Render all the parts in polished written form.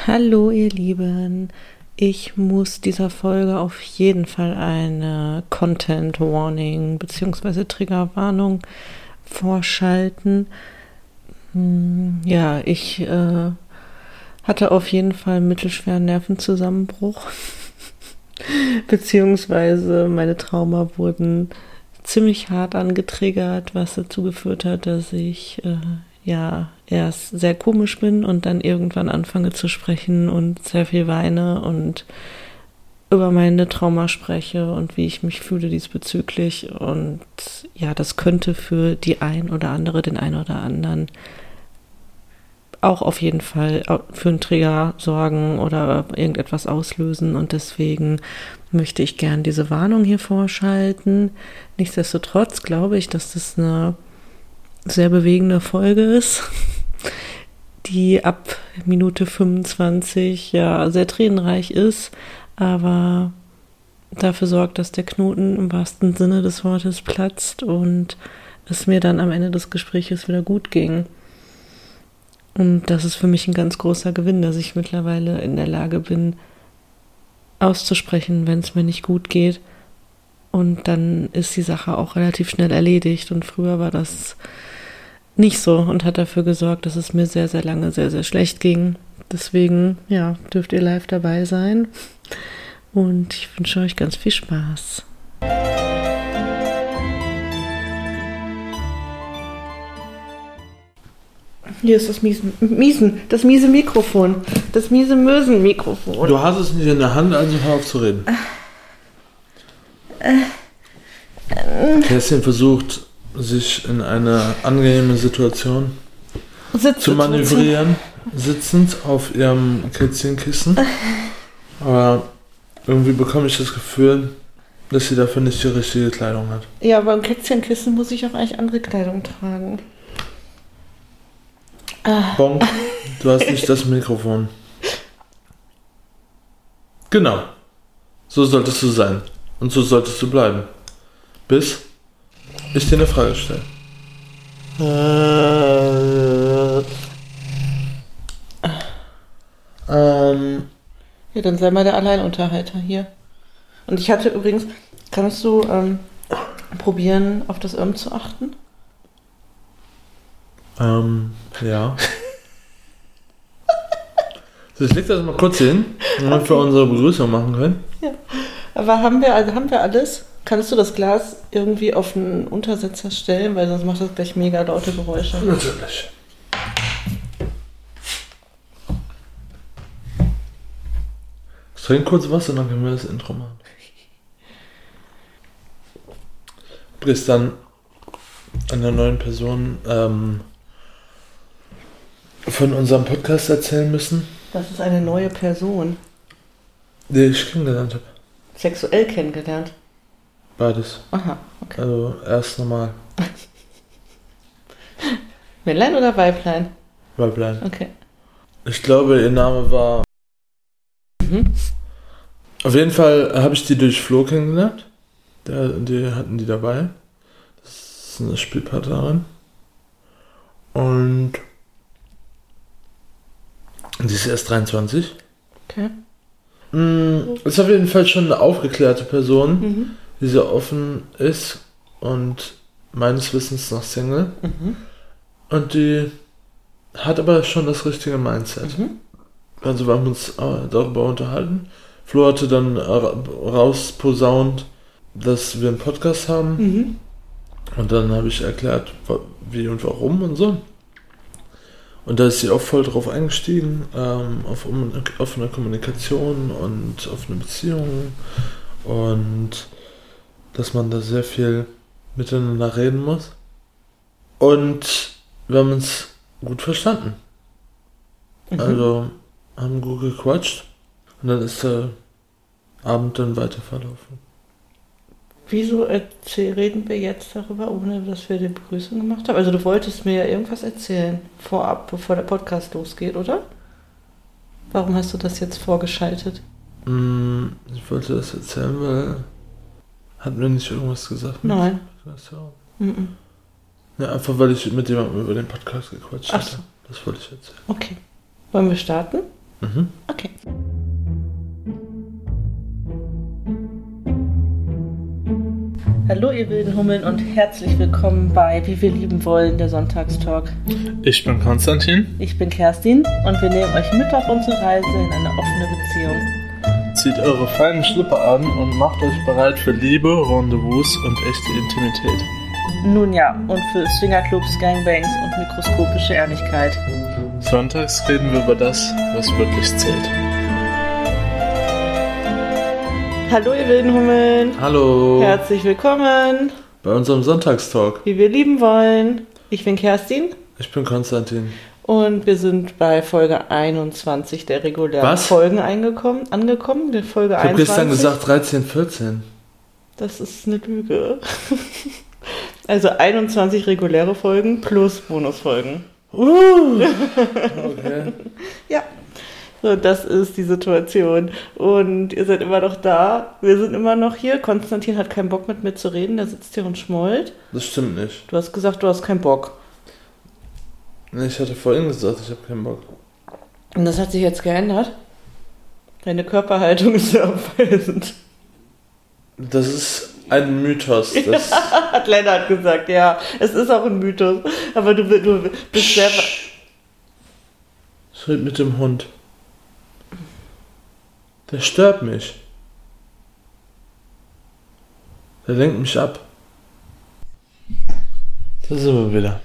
Hallo ihr Lieben, ich muss dieser Folge auf jeden Fall eine Content Warning bzw. Triggerwarnung vorschalten. Ja, ich hatte auf jeden Fall einen mittelschweren Nervenzusammenbruch, beziehungsweise meine Trauma wurden ziemlich hart angetriggert, was dazu geführt hat, dass ich erst sehr komisch bin und dann irgendwann anfange zu sprechen und sehr viel weine und über meine Trauma spreche und wie ich mich fühle diesbezüglich. Und ja, das könnte für den einen oder anderen auch auf jeden Fall für einen Trigger sorgen oder irgendetwas auslösen. Und deswegen möchte ich gern diese Warnung hier vorschalten. Nichtsdestotrotz glaube ich, dass das eine sehr bewegende Folge ist, die ab Minute 25 ja sehr tränenreich ist, aber dafür sorgt, dass der Knoten im wahrsten Sinne des Wortes platzt und es mir dann am Ende des Gespräches wieder gut ging. Und das ist für mich ein ganz großer Gewinn, dass ich mittlerweile in der Lage bin, auszusprechen, wenn es mir nicht gut geht. Und dann ist die Sache auch relativ schnell erledigt. Und früher war das nicht so und hat dafür gesorgt, dass es mir sehr, sehr lange sehr, sehr schlecht ging. Deswegen, ja, dürft ihr live dabei sein. Und ich wünsche euch ganz viel Spaß. Hier ist das das miese Mikrofon. Das miese Mösen-Mikrofon. Du hast es nicht in der Hand, also hör auf zu reden. Kerstin versucht, sich in eine angenehme Situation zu manövrieren, sitzend auf ihrem Kätzchenkissen. Aber irgendwie bekomme ich das Gefühl, dass sie dafür nicht die richtige Kleidung hat. Ja, beim Kätzchenkissen muss ich auch eigentlich andere Kleidung tragen. Bonk, du hast nicht das Mikrofon. Genau. So solltest du sein. Und so solltest du bleiben. Bis ich dir eine Frage stelle. Ja, dann sei mal der Alleinunterhalter hier. Und ich hatte übrigens, kannst du probieren, auf das zu achten? Ja. So, ich leg das mal kurz hin, damit wir unsere Begrüßung machen können. Ja. Aber haben wir alles? Kannst du das Glas irgendwie auf einen Untersetzer stellen, weil sonst macht das gleich mega laute Geräusche. Natürlich. Ich trinke kurz was und dann können wir das Intro machen. Du bist dann einer neuen Person von unserem Podcast erzählen müssen. Das ist eine neue Person. Die ich kennengelernt habe. Sexuell kennengelernt? Beides. Aha, okay. Also erst normal. Männlein oder Weiblein? Weiblein. Okay. Ich glaube, ihr Name war... Auf jeden Fall habe ich die durch Flo kennengelernt. Die hatten die dabei. Das ist eine Spielpartnerin. Und die ist erst 23. Okay. Ist auf jeden Fall schon eine aufgeklärte Person, die sehr offen ist und meines Wissens noch Single. Und die hat aber schon das richtige Mindset. Also wir haben uns darüber unterhalten. Flo hatte dann rausposaunt, dass wir einen Podcast haben. Und dann habe ich erklärt, wie und warum und so. Und da ist sie auch voll drauf eingestiegen, auf offene Kommunikation und offene Beziehungen. Und dass man da sehr viel miteinander reden muss. Und wir haben uns gut verstanden. Also haben gut gequatscht. Und dann ist der Abend dann weiter verlaufen. Wieso reden wir jetzt darüber, ohne dass wir die Begrüßung gemacht haben? Also du wolltest mir ja irgendwas erzählen, vorab, bevor der Podcast losgeht, oder? Warum hast du das jetzt vorgeschaltet? Ich wollte das erzählen, weil... Hat mir nicht irgendwas gesagt? Nein. Ja, einfach weil ich mit jemandem über den Podcast gequatscht Ach hatte. so. Das wollte ich erzählen. Okay. Wollen wir starten? Okay. Hallo ihr wilden Hummeln und herzlich willkommen bei Wie wir lieben wollen, der Sonntagstalk. Ich bin Konstantin. Ich bin Kerstin und wir nehmen euch mit auf unsere Reise in eine offene Beziehung. Zieht eure feinen Schlipper an und macht euch bereit für Liebe, Rendezvous und echte Intimität. Nun ja, und für Swingerclubs, Gangbangs und mikroskopische Ehrlichkeit. Sonntags reden wir über das, was wirklich zählt. Hallo ihr wilden Hummeln. Hallo. Herzlich willkommen Bei unserem Sonntagstalk. Wie wir lieben wollen. Ich bin Kerstin. Ich bin Konstantin. Und wir sind bei Folge 21 der regulären Folgen angekommen. Der Folge ich habe gestern gesagt 13, 14. Das ist eine Lüge. Also 21 reguläre Folgen plus Bonusfolgen. Okay. Ja. So, das ist die Situation. Und ihr seid immer noch da. Wir sind immer noch hier. Konstantin hat keinen Bock mit mir zu reden. Der sitzt hier und schmollt. Das stimmt nicht. Du hast gesagt, du hast keinen Bock. Nee, ich hatte vorhin gesagt, ich habe keinen Bock. Und das hat sich jetzt geändert? Deine Körperhaltung ist sehr abweisend. Das ist ein Mythos. Das hat Lennart gesagt, ja. Es ist auch ein Mythos. Aber du bist selber... Ich rede mit dem Hund. Der stört mich. Der lenkt mich ab. Da sind wir wieder.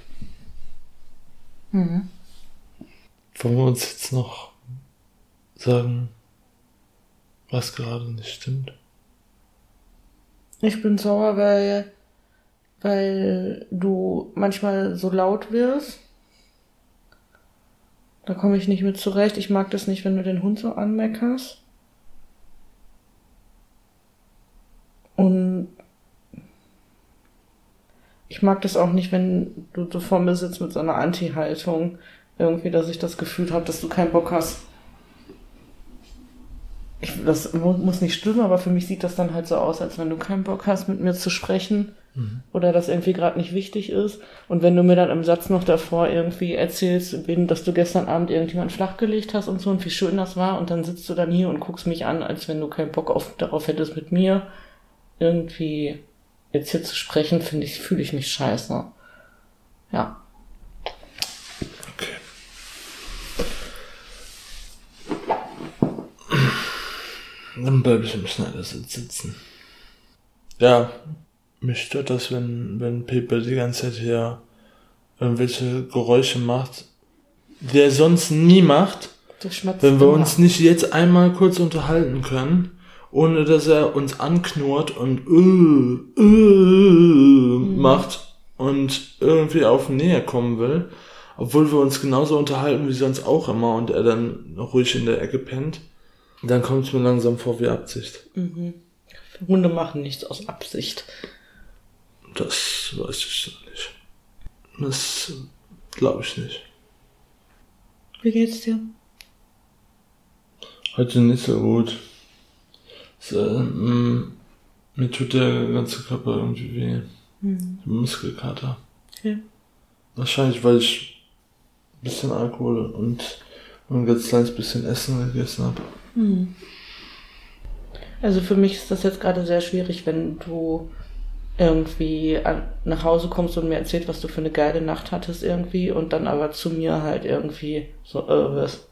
Mhm. Wollen wir uns jetzt noch sagen, was gerade nicht stimmt? Ich bin sauer, weil du manchmal so laut wirst. Da komme ich nicht mit zurecht. Ich mag das nicht, wenn du den Hund so anmeckerst. Und ich mag das auch nicht, wenn du so vor mir sitzt mit so einer Anti-Haltung. Irgendwie, dass ich das Gefühl habe, dass du keinen Bock hast. Das muss nicht stimmen, aber für mich sieht das dann halt so aus, als wenn du keinen Bock hast, mit mir zu sprechen. Oder das irgendwie gerade nicht wichtig ist. Und wenn du mir dann im Satz noch davor irgendwie erzählst, dass du gestern Abend irgendjemand flachgelegt hast und so und wie schön das war, und dann sitzt du dann hier und guckst mich an, als wenn du keinen Bock darauf hättest, mit mir irgendwie jetzt hier zu sprechen, fühle ich mich scheiße. Ja. Okay. Dann bleibe ich im Schneidersitz sitzen. Ja, mich stört das, wenn Pepe die ganze Zeit hier irgendwelche Geräusche macht, die er sonst nie macht, wenn wir uns nicht jetzt einmal kurz unterhalten können, ohne dass er uns anknurrt und macht und irgendwie auf Nähe kommen will, obwohl wir uns genauso unterhalten wie sonst auch immer und er dann ruhig in der Ecke pennt, dann kommt es mir langsam vor wie Absicht. Mhm. Hunde machen nichts aus Absicht. Das weiß ich nicht. Das glaube ich nicht. Wie geht's dir? Heute nicht so gut. Mir tut der ganze Körper irgendwie weh. Muskelkater. Okay. Wahrscheinlich, weil ich ein bisschen Alkohol und ein ganz kleines bisschen Essen gegessen habe. Also für mich ist das jetzt gerade sehr schwierig, wenn du irgendwie nach Hause kommst und mir erzählst, was du für eine geile Nacht hattest irgendwie und dann aber zu mir halt irgendwie so wirst.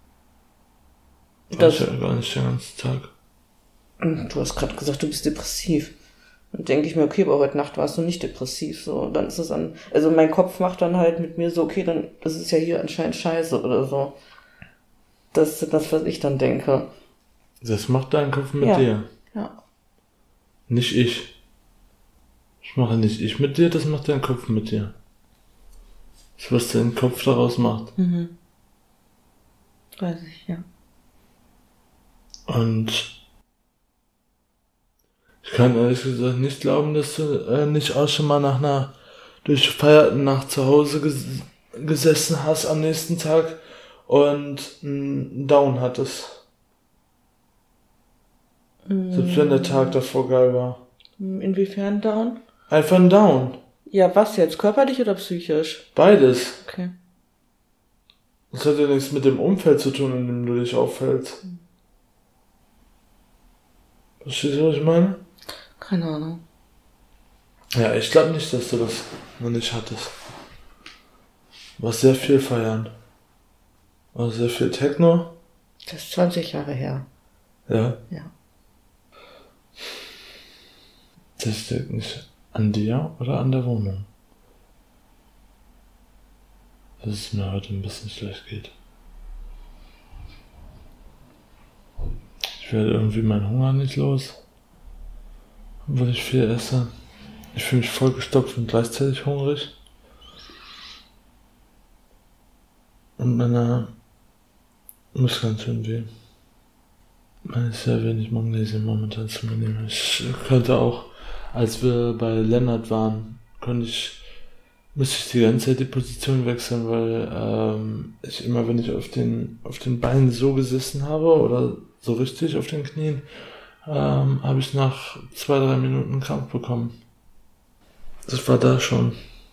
Das ja gar nicht den ganzen Tag. Du hast gerade gesagt, du bist depressiv. Dann denke ich mir, okay, aber heute Nacht warst du nicht depressiv. So, dann ist es also mein Kopf macht dann halt mit mir so, okay, dann das ist ja hier anscheinend scheiße oder so. Das ist das, was ich dann denke. Das macht dein Kopf mit dir. Ja. Nicht ich. Ich mache nicht ich mit dir, das macht dein Kopf mit dir. Das, was dein Kopf daraus macht. Weiß ich, ja. Und ich kann ehrlich gesagt nicht glauben, dass du nicht auch schon mal nach einer durchfeierten Nacht zu Hause gesessen hast am nächsten Tag und einen Down hattest. Selbst wenn der Tag davor geil war. Inwiefern Down? Einfach ein Down. Ja, was jetzt? Körperlich oder psychisch? Beides. Okay. Das hat ja nichts mit dem Umfeld zu tun, in dem du dich auffällst. Verstehst du, was ich meine? Keine Ahnung. Ja, ich glaube nicht, dass du das noch nicht hattest. Du warst sehr viel feiern. War sehr viel Techno. Das ist 20 Jahre her. Ja. Ja. Das liegt nicht an dir oder an der Wohnung. Dass es mir heute ein bisschen schlecht geht. Ich werde irgendwie meinen Hunger nicht los. Obwohl ich viel esse. Ich fühle mich vollgestopft und gleichzeitig hungrig. Und meine Muskeln tun weh. Weil ich sehr wenig Magnesium momentan zu mir nehme. Ich könnte auch, als wir bei Lennart waren, müsste ich die ganze Zeit die Position wechseln, weil ich immer, wenn ich auf den Beinen so gesessen habe oder so richtig auf den Knien, habe ich nach 2-3 Minuten einen Krampf bekommen. Das war da schon.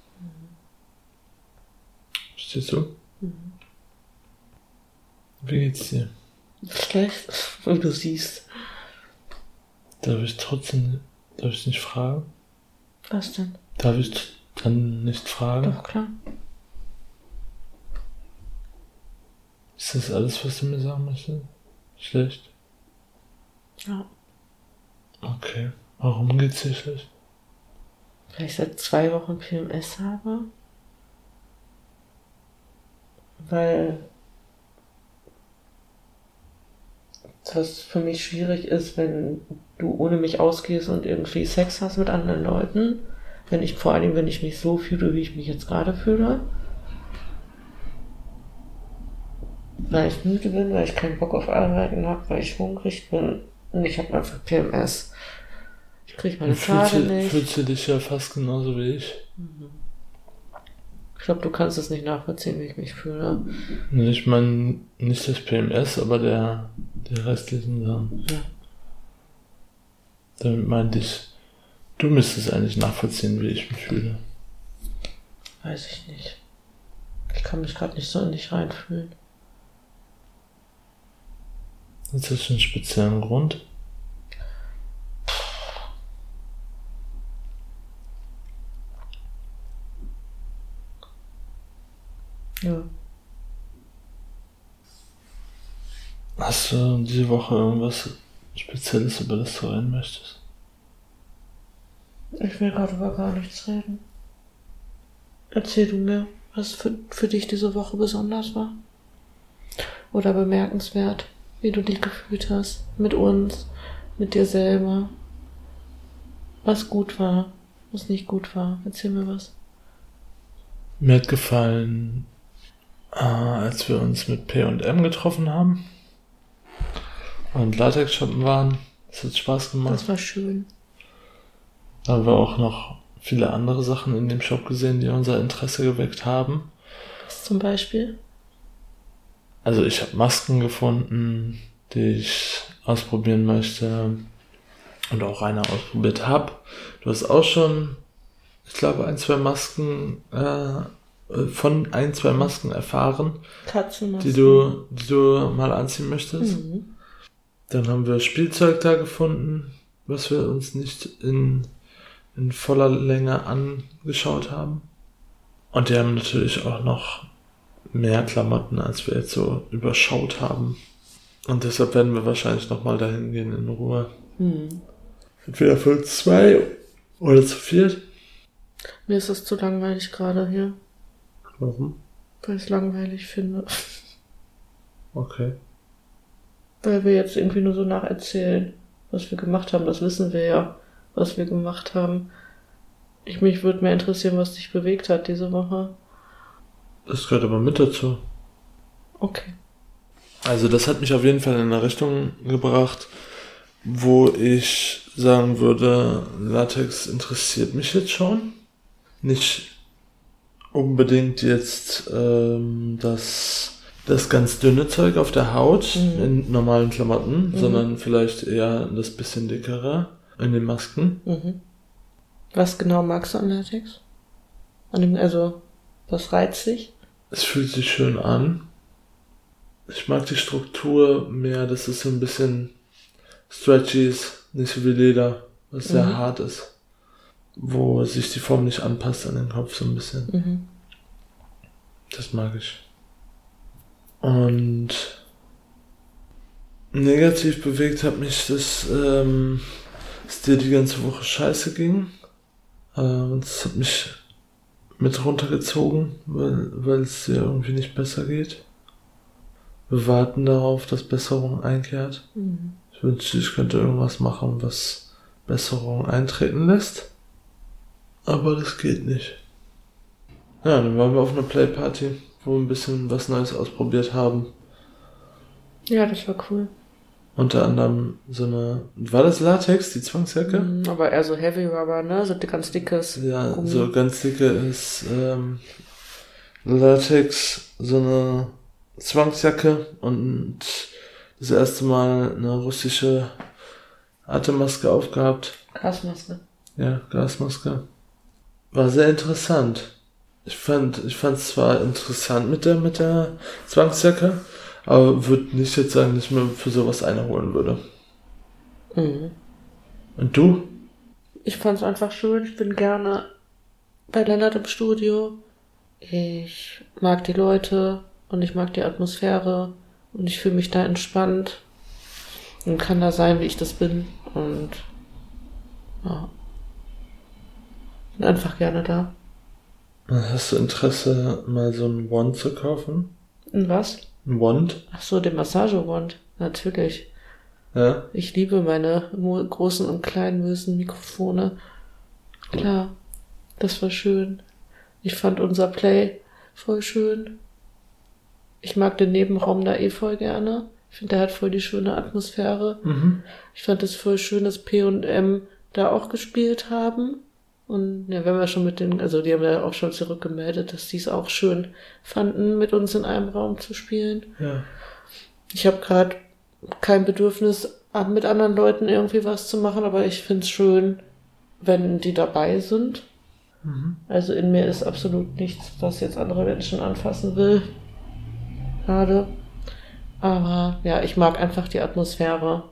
Verstehst du? Mhm. Wie geht's dir? Schlecht, wie du siehst. Darf ich nicht fragen? Was denn? Darf ich dann nicht fragen? Doch, klar. Ist das alles, was du mir sagen möchtest? Schlecht? Ja. Okay. Warum geht's dir schlecht? Weil ich seit 2 Wochen PMS habe. Weil das für mich schwierig ist, wenn du ohne mich ausgehst und irgendwie Sex hast mit anderen Leuten. Vor allem, wenn ich mich so fühle, wie ich mich jetzt gerade fühle. Weil ich müde bin, weil ich keinen Bock auf Arbeiten habe, weil ich hungrig bin. Und ich habe einfach PMS. Ich kriege meine Tage nicht. Fühlst du dich ja fast genauso wie ich? Ich glaube, du kannst es nicht nachvollziehen, wie ich mich fühle. Ich meine, nicht das PMS, aber der restlichen Sachen. Ja. Damit meinte ich, du müsstest eigentlich nachvollziehen, wie ich mich fühle. Weiß ich nicht. Ich kann mich gerade nicht so in dich reinfühlen. Ist das einen speziellen Grund? Ja. Hast du diese Woche irgendwas Spezielles, über das du reden möchtest? Ich will gerade über gar nichts reden. Erzähl du mir, was für dich diese Woche besonders war. Oder bemerkenswert, wie du dich gefühlt hast. Mit uns, mit dir selber. Was gut war, was nicht gut war. Erzähl mir was. Mir hat gefallen, als wir uns mit P&M getroffen haben und Latex shoppen waren. Das hat Spaß gemacht. Das war schön. Da haben wir auch noch viele andere Sachen in dem Shop gesehen, die unser Interesse geweckt haben. Was zum Beispiel? Also ich habe Masken gefunden, die ich ausprobieren möchte und auch eine ausprobiert habe. Du hast auch schon, ich glaube, 1-2 Masken von 1-2 Masken erfahren, Katzenmasken. die du mal anziehen möchtest. Mhm. Dann haben wir Spielzeug da gefunden, was wir uns nicht in voller Länge angeschaut haben. Und die haben natürlich auch noch mehr Klamotten, als wir jetzt so überschaut haben. Und deshalb werden wir wahrscheinlich nochmal dahin gehen in Ruhe. Entweder für 2 oder zu 4. Mir ist das zu langweilig gerade hier. Warum? Weil ich es langweilig finde. Okay. Weil wir jetzt irgendwie nur so nacherzählen, was wir gemacht haben. Das wissen wir ja, was wir gemacht haben. Mich würde mehr interessieren, was dich bewegt hat diese Woche. Das gehört aber mit dazu. Okay. Also das hat mich auf jeden Fall in eine Richtung gebracht, wo ich sagen würde, Latex interessiert mich jetzt schon. Nicht unbedingt jetzt das ganz dünne Zeug auf der Haut in normalen Klamotten, sondern vielleicht eher das bisschen dickere in den Masken. Was genau magst du an Latex? Was reizt dich? Es fühlt sich schön an. Ich mag die Struktur mehr, dass es so ein bisschen stretchy ist, nicht so wie Leder, was sehr hart ist. Wo sich die Form nicht anpasst an den Kopf so ein bisschen. Das mag ich. Und negativ bewegt hat mich, dass es dir die ganze Woche scheiße ging. Das hat mich mit runtergezogen, weil es dir irgendwie nicht besser geht. Wir warten darauf, dass Besserung einkehrt. Ich wünschte, ich könnte irgendwas machen, was Besserung eintreten lässt. Aber das geht nicht. Ja, dann waren wir auf einer Playparty, wo wir ein bisschen was Neues ausprobiert haben. Ja, das war cool. Unter anderem so eine... War das Latex, die Zwangsjacke? Aber eher so Heavy Rubber, ne? So ganz dickes Ja, Gummi. so ganz dicke ist Latex, so eine Zwangsjacke und das erste Mal eine russische Atemmaske aufgehabt. Gasmaske. Ja, Gasmaske. War sehr interessant. Ich fand es zwar interessant mit der Zwangsjacke, aber würde nicht jetzt sagen, dass ich mir für sowas eine holen würde. Und du? Ich fand's einfach schön. Ich bin gerne bei Lennart im Studio. Ich mag die Leute und ich mag die Atmosphäre und ich fühle mich da entspannt und kann da sein, wie ich das bin und ja, bin einfach gerne da. Hast du Interesse, mal so ein Wand zu kaufen? Und was? Ein Wand? Ach so, den Massagewand. Natürlich. Ja? Ich liebe meine großen und kleinen bösen Mikrofone. Klar, das war schön. Ich fand unser Play voll schön. Ich mag den Nebenraum da voll gerne. Ich finde, der hat voll die schöne Atmosphäre. Ich fand es voll schön, dass P&M da auch gespielt haben. Und ja, wenn wir schon mit den, also die haben ja auch schon zurückgemeldet, dass die es auch schön fanden, mit uns in einem Raum zu spielen. Ja. Ich habe gerade kein Bedürfnis, mit anderen Leuten irgendwie was zu machen, aber ich finde es schön, wenn die dabei sind. Also in mir ist absolut nichts, was jetzt andere Menschen anfassen will. Gerade. Aber ja, ich mag einfach die Atmosphäre.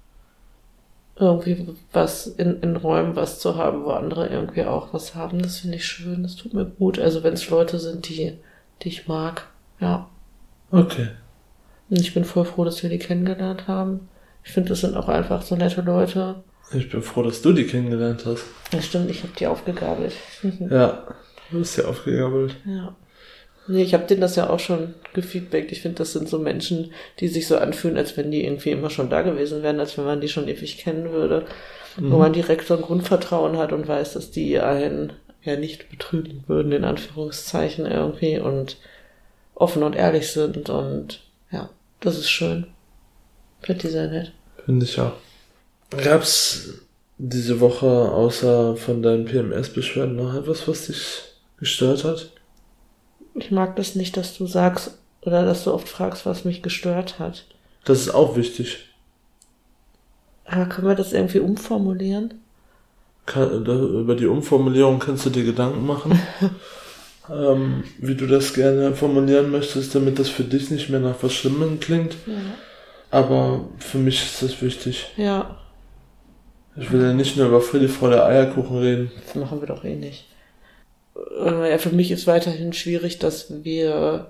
Irgendwie was in Räumen was zu haben, wo andere irgendwie auch was haben. Das finde ich schön, das tut mir gut. Also wenn es Leute sind, die ich mag. Ja. Okay. Und ich bin voll froh, dass wir die kennengelernt haben. Ich finde, das sind auch einfach so nette Leute. Ich bin froh, dass du die kennengelernt hast. Ja, stimmt, ich habe die aufgegabelt. Ja, du bist ja aufgegabelt. Ja. Nee, ich habe denen das ja auch schon gefeedbackt. Ich finde, das sind so Menschen, die sich so anfühlen, als wenn die irgendwie immer schon da gewesen wären, als wenn man die schon ewig kennen würde. Wo man direkt so ein Grundvertrauen hat und weiß, dass die einen ja nicht betrügen würden, in Anführungszeichen irgendwie, und offen und ehrlich sind. Und ja, das ist schön. Finde ich sehr nett. Finde ich auch. Gab's diese Woche außer von deinen PMS-Beschwerden noch etwas, was dich gestört hat? Ich mag das nicht, dass du sagst oder dass du oft fragst, was mich gestört hat. Das ist auch wichtig. Aber können wir das irgendwie umformulieren? Über die Umformulierung kannst du dir Gedanken machen, wie du das gerne formulieren möchtest, damit das für dich nicht mehr nach was Schlimmem klingt. Ja. Aber für mich ist das wichtig. Ja. Ich will ja nicht nur über Friede, Freude, Eierkuchen reden. Das machen wir doch eh nicht. Ja, für mich ist weiterhin schwierig, dass wir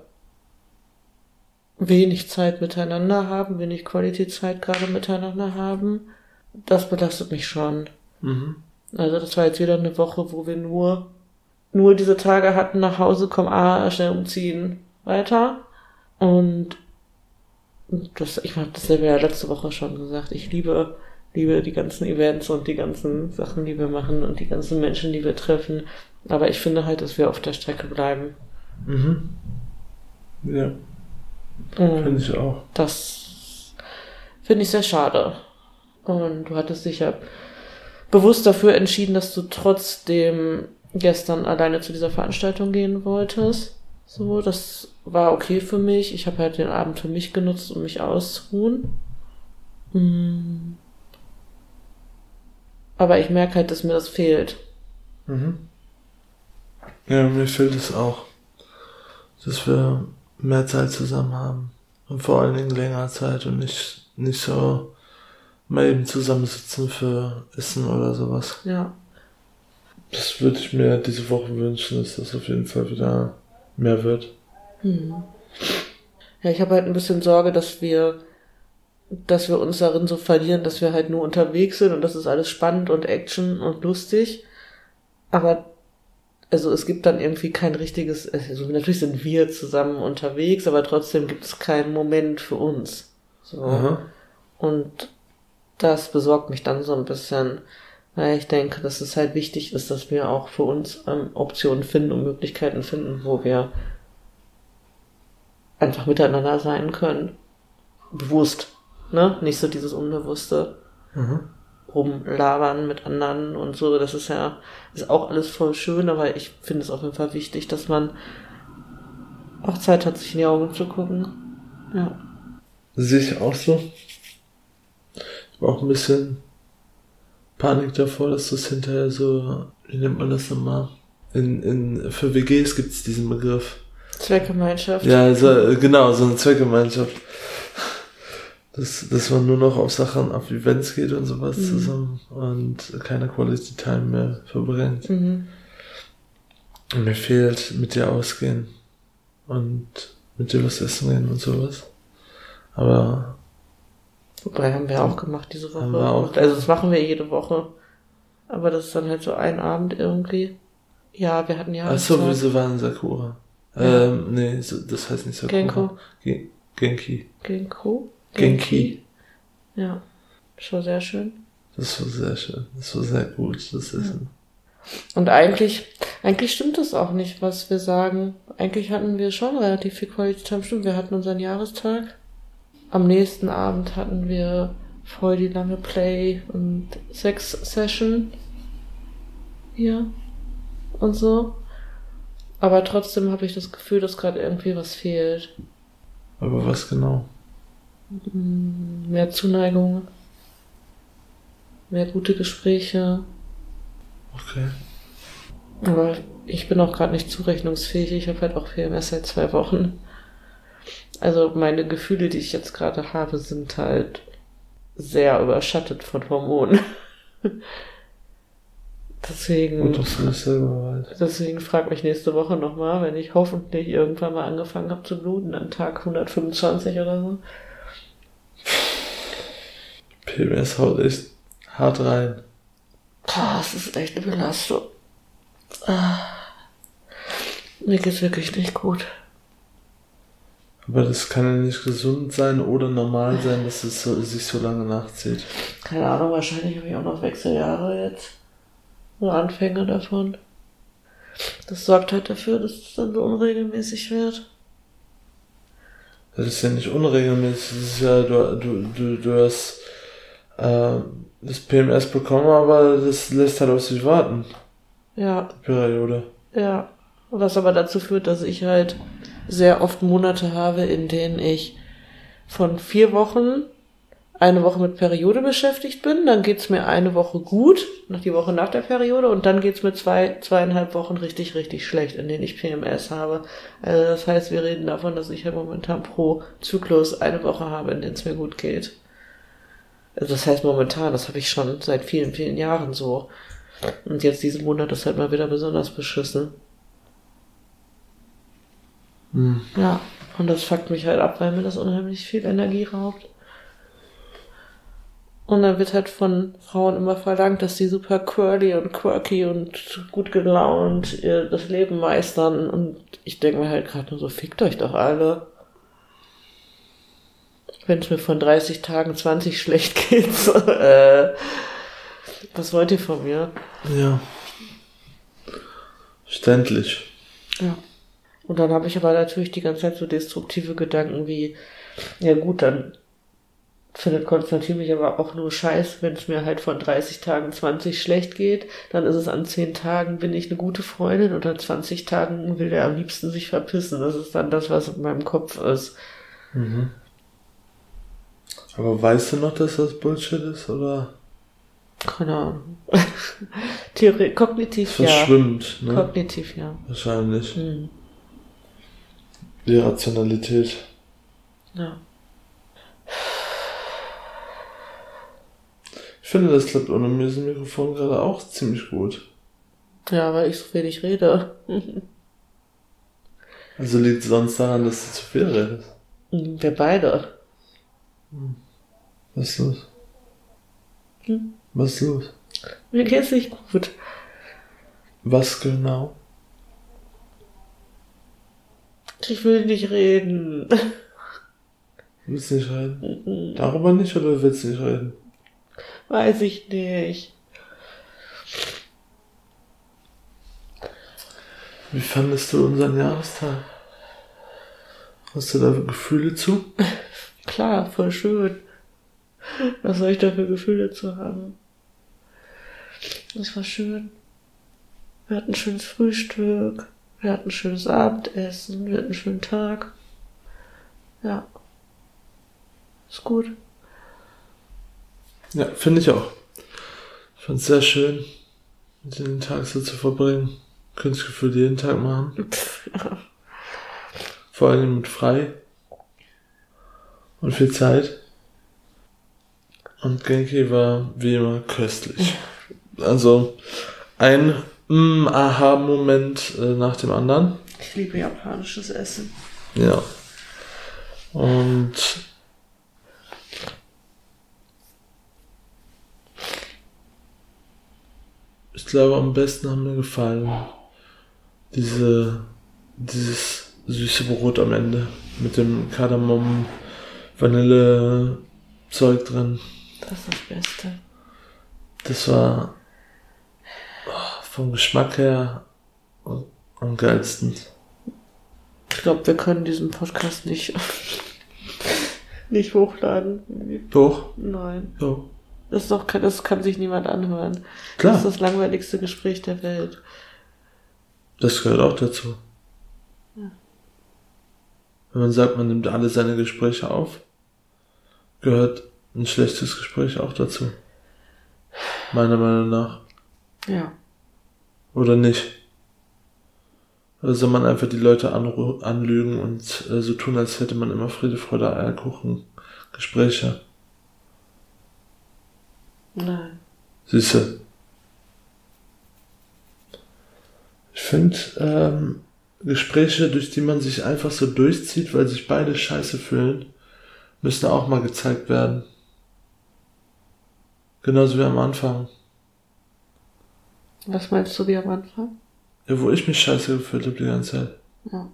wenig Zeit miteinander haben, wenig Quality-Zeit gerade miteinander haben. Das belastet mich schon. Also das war jetzt wieder eine Woche, wo wir nur diese Tage hatten, nach Hause kommen, schnell umziehen, weiter. Und ich habe das ja letzte Woche schon gesagt, ich liebe die ganzen Events und die ganzen Sachen, die wir machen und die ganzen Menschen, die wir treffen. Aber ich finde halt, dass wir auf der Strecke bleiben. Ja. Finde ich auch. Das finde ich sehr schade. Und du hattest dich ja bewusst dafür entschieden, dass du trotzdem gestern alleine zu dieser Veranstaltung gehen wolltest. So, das war okay für mich. Ich habe halt den Abend für mich genutzt, um mich auszuruhen. Aber ich merke halt, dass mir das fehlt. Ja, mir fehlt es auch, dass wir mehr Zeit zusammen haben. Und vor allen Dingen länger Zeit und nicht so mal eben zusammensitzen für Essen oder sowas. Ja. Das würde ich mir diese Woche wünschen, dass das auf jeden Fall wieder mehr wird. Ja, ich habe halt ein bisschen Sorge, dass wir uns darin so verlieren, dass wir halt nur unterwegs sind und das ist alles spannend und Action und lustig. Aber also es gibt dann irgendwie kein richtiges, also natürlich sind wir zusammen unterwegs, aber trotzdem gibt es keinen Moment für uns. So. Aha. Und das besorgt mich dann so ein bisschen, weil ich denke, dass es halt wichtig ist, dass wir auch für uns Optionen finden und Möglichkeiten finden, wo wir einfach miteinander sein können. Bewusst, ne? Nicht so dieses Unbewusste. Rumlabern mit anderen und so. Das ist auch alles voll schön, aber ich finde es auf jeden Fall wichtig, dass man auch Zeit hat, sich in die Augen zu gucken. Ja. Sehe ich auch so. Ich habe auch ein bisschen Panik davor, dass das hinterher so, wie nennt man das nochmal? Für WGs gibt es diesen Begriff. Zweckgemeinschaft. Ja, also, genau, so eine Zweckgemeinschaft. Dass man nur noch auf Sachen, auf Events geht und sowas zusammen und keine Quality Time mehr verbringt. Und mir fehlt mit dir ausgehen und mit dir was essen gehen und sowas. Aber wobei haben wir auch gemacht diese Woche. Haben wir auch. Also das machen wir jede Woche. Aber das ist dann halt so ein Abend irgendwie. Ja, wir hatten ja... Achso, wieso waren Sakura? Ja. Nee, das heißt nicht Sakura. Genki. Genki. Ja, das war sehr schön. Das war sehr schön. Das war sehr gut, das Essen. Und eigentlich stimmt das auch nicht, was wir sagen. Eigentlich hatten wir schon relativ viel Quality Time. Stimmt, wir hatten unseren Jahrestag. Am nächsten Abend hatten wir voll die lange Play- und Sex-Session hier und so. Aber trotzdem habe ich das Gefühl, dass gerade irgendwie was fehlt. Aber was genau? Mehr Zuneigung, mehr gute Gespräche. Okay. Aber ich bin auch gerade nicht zurechnungsfähig. Ich habe halt auch PMS seit 2 Wochen. Also meine Gefühle, die ich jetzt gerade habe, sind halt sehr überschattet von Hormonen. Und das ist selber weiß. Deswegen frag mich nächste Woche nochmal, wenn ich hoffentlich irgendwann mal angefangen habe zu bluten, an Tag 125 oder so. PMS haut echt hart rein. Das ist echt eine Belastung. Mir geht's wirklich nicht gut. Aber das kann ja nicht gesund sein oder normal sein, dass es sich so lange nachzieht. Keine Ahnung, wahrscheinlich habe ich auch noch Wechseljahre jetzt. Nur Anfänge davon. Das sorgt halt dafür, dass es dann so unregelmäßig wird. Das ist ja nicht unregelmäßig, das ist ja, du hast das PMS bekommen, aber das lässt halt auf sich warten. Ja. Die Periode. Ja. Was aber dazu führt, dass ich halt sehr oft Monate habe, in denen ich von 4 Wochen 1 Woche mit Periode beschäftigt bin, dann geht's mir 1 Woche gut, noch die Woche nach der Periode, und dann geht's mir 2,5 Wochen richtig, richtig schlecht, in denen ich PMS habe. Also das heißt, wir reden davon, dass ich ja momentan pro Zyklus 1 Woche habe, in denen es mir gut geht. Also das heißt momentan, das habe ich schon seit vielen, vielen Jahren so. Und jetzt diesen Monat ist halt mal wieder besonders beschissen. Ja, und das fuckt mich halt ab, weil mir das unheimlich viel Energie raubt. Und dann wird halt von Frauen immer verlangt, dass sie super curly und quirky und gut gelaunt das Leben meistern. Und ich denke mir halt gerade nur so, fickt euch doch alle. Wenn es mir von 30 Tagen 20 schlecht geht, so, was wollt ihr von mir? Ja. Verständlich. Ja. Und dann habe ich aber natürlich die ganze Zeit so destruktive Gedanken wie, ja gut, dann findet Konstantin mich aber auch nur scheiß, wenn es mir halt von 30 Tagen 20 schlecht geht, dann ist es an 10 Tagen bin ich eine gute Freundin und an 20 Tagen will er am liebsten sich verpissen. Das ist dann das, was in meinem Kopf ist. Mhm. Aber weißt du noch, dass das Bullshit ist, oder? Keine Ahnung. Kognitiv ja. Verschwimmt, ne? Kognitiv ja. Wahrscheinlich. Die Rationalität. Ja. Ich finde, das klappt ohne mir das Mikrofon gerade auch ziemlich gut. Ja, weil ich so wenig rede. Also liegt es sonst daran, dass du zu viel redest? Wir beide. Was ist los? Was ist los? Mir geht's nicht gut. Was genau? Ich will nicht reden. Willst du nicht reden? Darüber nicht oder willst du nicht reden? Weiß ich nicht. Wie fandest du unseren Jahrestag? Hast du da Gefühle zu? Klar, voll schön. Was soll ich da für Gefühle zu haben? Das war schön. Wir hatten ein schönes Frühstück. Wir hatten ein schönes Abendessen. Wir hatten einen schönen Tag. Ja. Ist gut. Ja, finde ich auch. Ich fand es sehr schön, den Tag so zu verbringen. Könnte ich gefühlt jeden Tag machen. Vor allem mit frei. Und viel Zeit. Und Genki war wie immer köstlich. Also ein Aha-Moment nach dem anderen. Ich liebe japanisches Essen. Ja. Und ich glaube, am besten haben mir gefallen dieses süße Brot am Ende mit dem Kardamom Vanille Zeug drin. Das ist das Beste. Das war vom Geschmack her am geilsten. Ich glaube, wir können diesen Podcast nicht hochladen. Doch? Nein. Doch. Das kann sich niemand anhören. Klar. Das ist das langweiligste Gespräch der Welt. Das gehört auch dazu. Ja. Wenn man sagt, man nimmt alle seine Gespräche auf, gehört ein schlechtes Gespräch auch dazu. Meiner Meinung nach. Ja. Oder nicht? Oder soll man einfach die Leute anlügen und so tun, als hätte man immer Friede, Freude, Eierkuchen Gespräche? Nein. Siehste. Ich finde, Gespräche, durch die man sich einfach so durchzieht, weil sich beide scheiße fühlen, müssen auch mal gezeigt werden. Genauso wie am Anfang. Was meinst du wie am Anfang? Ja, wo ich mich scheiße gefühlt habe die ganze Zeit. Ja.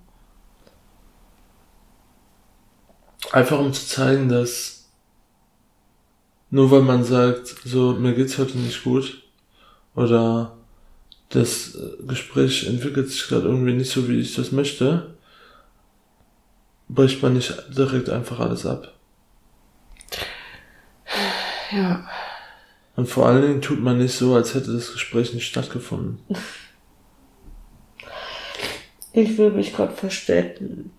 Einfach um zu zeigen, dass nur weil man sagt, so, mir geht's heute nicht gut, oder das Gespräch entwickelt sich gerade irgendwie nicht so, wie ich das möchte, bricht man nicht direkt einfach alles ab. Ja. Und vor allen Dingen tut man nicht so, als hätte das Gespräch nicht stattgefunden. Ich will mich gerade verstecken.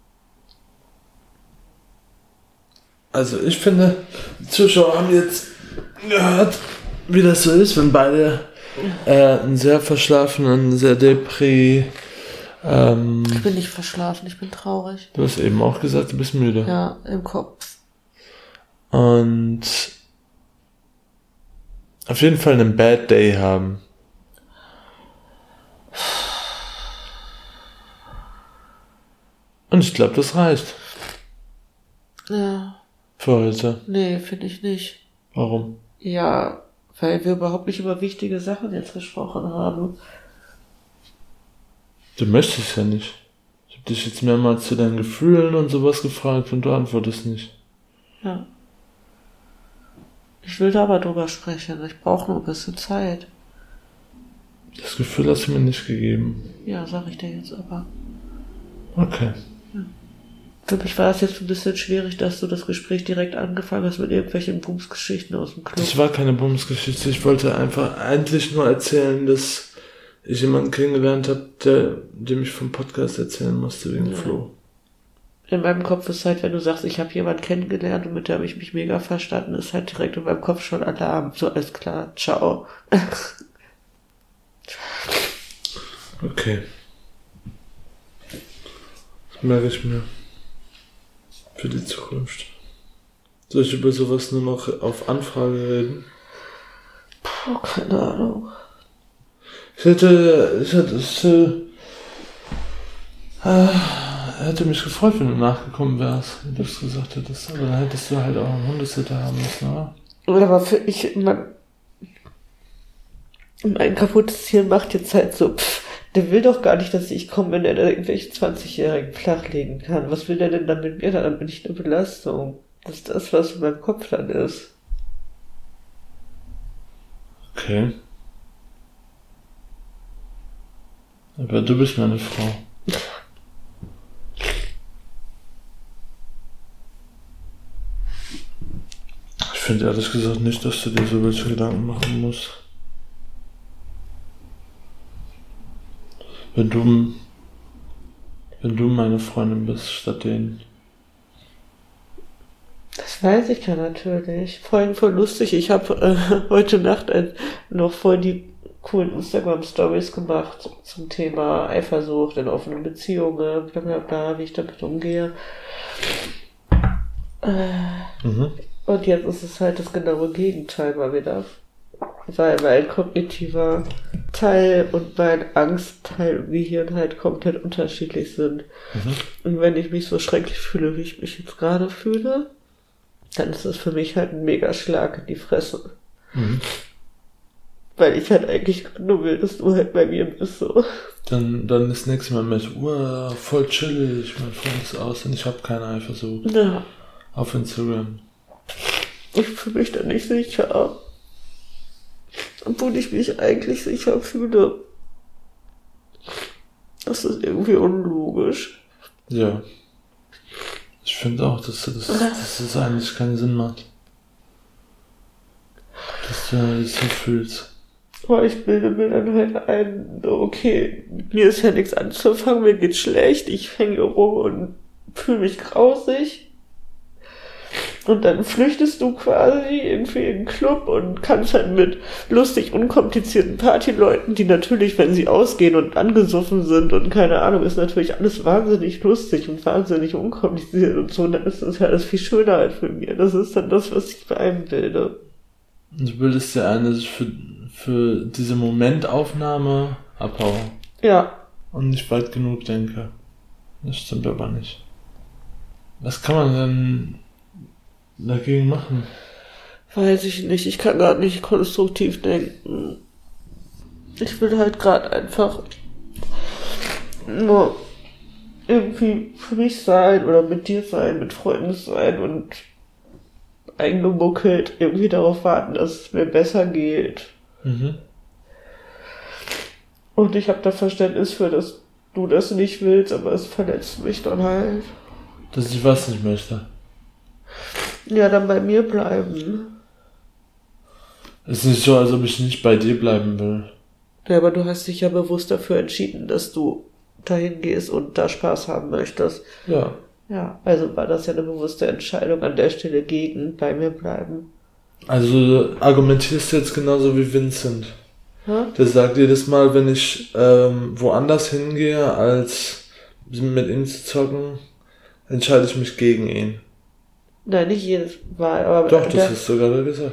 Also ich finde, die Zuschauer haben jetzt gehört, wie das so ist, wenn beide einen sehr verschlafenen, sehr Depri. Ich bin nicht verschlafen, ich bin traurig. Du hast eben auch gesagt, du bist müde. Ja, im Kopf. Und auf jeden Fall einen Bad Day haben. Und ich glaube, das reicht. Ja. Für heute. Nee, finde ich nicht. Warum? Ja, weil wir überhaupt nicht über wichtige Sachen jetzt gesprochen haben. Du möchtest ja nicht. Ich habe dich jetzt mehrmals zu deinen Gefühlen und sowas gefragt und du antwortest nicht. Ja. Ich will da aber drüber sprechen. Ich brauche nur ein bisschen Zeit. Das Gefühl hast du mir nicht gegeben. Ja, sag ich dir jetzt aber. Okay. Ja. Für mich war es jetzt ein bisschen schwierig, dass du das Gespräch direkt angefangen hast mit irgendwelchen Bumsgeschichten aus dem Club. Das war keine Bumsgeschichte. Ich wollte einfach eigentlich nur erzählen, dass ich jemanden kennengelernt habe, dem ich vom Podcast erzählen musste wegen Flo. In meinem Kopf ist halt, wenn du sagst, ich habe jemanden kennengelernt und mit der habe ich mich mega verstanden, ist halt direkt in meinem Kopf schon Alarm. So, alles klar, ciao. Okay. Das merke ich mir. für die Zukunft? Soll ich über sowas nur noch auf Anfrage reden? Puh, keine Ahnung. Hätte mich gefreut, wenn du nachgekommen wärst, wie du es gesagt hättest. Aber dann hättest du halt auch einen Hundesitter haben müssen, oder? Aber für mein kaputtes Tier macht jetzt halt so, der will doch gar nicht, dass ich komme, wenn er da irgendwelche 20-Jährigen flachlegen kann. Was will der denn dann mit mir? Dann bin ich eine Belastung. Das ist das, was in meinem Kopf dann ist. Okay. Aber du bist meine Frau. Ich finde ehrlich gesagt nicht, dass du dir so welche Gedanken machen musst. Wenn du meine Freundin bist, statt denen. Das weiß ich ja natürlich. Vorhin voll lustig. Ich habe heute Nacht noch voll die coolen Instagram-Stories gemacht zum Thema Eifersucht in offenen Beziehungen, bla bla bla, wie ich damit umgehe. Und jetzt ist es halt das genaue Gegenteil mal wieder. Weil mein kognitiver Teil und mein Angstteil im Gehirn halt komplett unterschiedlich sind. Und wenn ich mich so schrecklich fühle, wie ich mich jetzt gerade fühle, dann ist es für mich halt ein Megaschlag in die Fresse. Weil ich halt eigentlich nur will, dass du halt bei mir bist, so. Dann das nächste Mal mit, voll chillig, mein Freund ist aus und ich habe keine Eifersucht. Ja. Auf Instagram. Ich fühle mich da nicht sicher. Obwohl ich mich eigentlich sicher fühle. Das ist irgendwie unlogisch. Ja. Ich finde auch, dass das eigentlich keinen Sinn macht. Dass du das so fühlst. Aber ich bilde mir dann halt ein, okay, mir ist ja nichts anzufangen, mir geht's schlecht, ich hänge rum und fühle mich grausig. Und dann flüchtest du quasi irgendwie in den Club und kannst halt mit lustig unkomplizierten Partyleuten, die natürlich, wenn sie ausgehen und angesoffen sind und keine Ahnung, ist natürlich alles wahnsinnig lustig und wahnsinnig unkompliziert und so, und dann ist das ja alles viel schöner als für mir. Das ist dann das, was ich bei einem bilde. Und du bildest dir ein, dass ich für diese Momentaufnahme abhaue. Ja. Und nicht weit genug denke. Das stimmt aber nicht. Was kann man denn dagegen machen? Weiß ich nicht. Ich kann gerade nicht konstruktiv denken. Ich will halt gerade einfach nur irgendwie für mich sein oder mit dir sein, mit Freunden sein und eingemuckelt irgendwie darauf warten, dass es mir besser geht. Und ich habe da Verständnis für, dass du das nicht willst, aber es verletzt mich dann halt. Dass ich was nicht möchte. Ja, dann bei mir bleiben. Es ist nicht so, als ob ich nicht bei dir bleiben will. Ja, aber du hast dich ja bewusst dafür entschieden, dass du dahin gehst und da Spaß haben möchtest. Ja. Ja, also war das ja eine bewusste Entscheidung an der Stelle gegen bei mir bleiben. Also argumentierst du jetzt genauso wie Vincent. Der sagt jedes Mal, wenn ich woanders hingehe, als mit ihm zu zocken, entscheide ich mich gegen ihn. Nein, nicht jedes Mal, aber... Doch, das hast du gerade gesagt.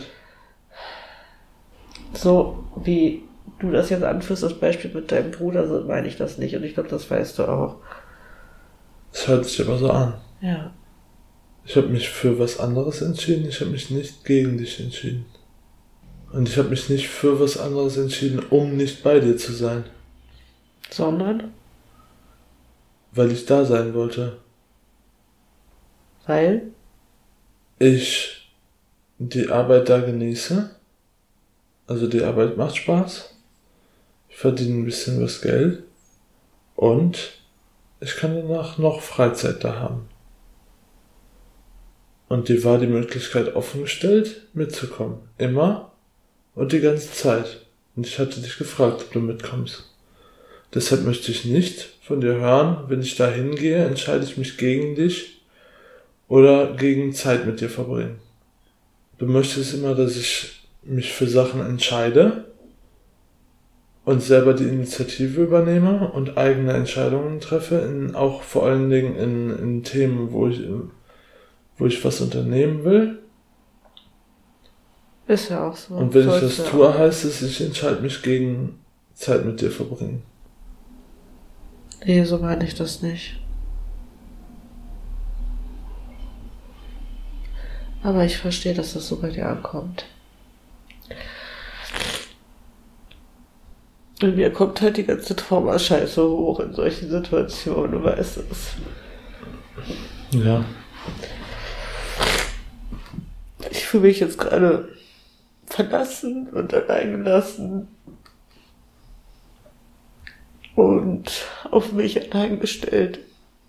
So wie du das jetzt anführst, das Beispiel mit deinem Bruder, so meine ich das nicht. Und ich glaube, das weißt du auch. Das hört sich aber so an. Ja. Ich habe mich für was anderes entschieden, ich habe mich nicht gegen dich entschieden. Und ich habe mich nicht für was anderes entschieden, um nicht bei dir zu sein. Sondern? Weil ich da sein wollte. Weil? Ich die Arbeit da genieße. Also die Arbeit macht Spaß. Ich verdiene ein bisschen was Geld. Und ich kann danach noch Freizeit da haben. Und dir war die Möglichkeit offen gestellt, mitzukommen. Immer und die ganze Zeit. Und ich hatte dich gefragt, ob du mitkommst. Deshalb möchte ich nicht von dir hören, wenn ich da hingehe, entscheide ich mich gegen dich oder gegen Zeit mit dir verbringen. Du möchtest immer, dass ich mich für Sachen entscheide und selber die Initiative übernehme und eigene Entscheidungen treffe, auch vor allen Dingen in Themen, wo ich was unternehmen will. Ist ja auch so. Und wenn ich das tue, heißt es, ich entscheide mich gegen Zeit mit dir verbringen. Nee, so meine ich das nicht. Aber ich verstehe, dass das so bei dir ankommt. Und mir kommt halt die ganze Traumascheiße hoch in solchen Situationen, du weißt es. Ja. Ich fühle mich jetzt gerade verlassen und alleingelassen und auf mich allein gestellt.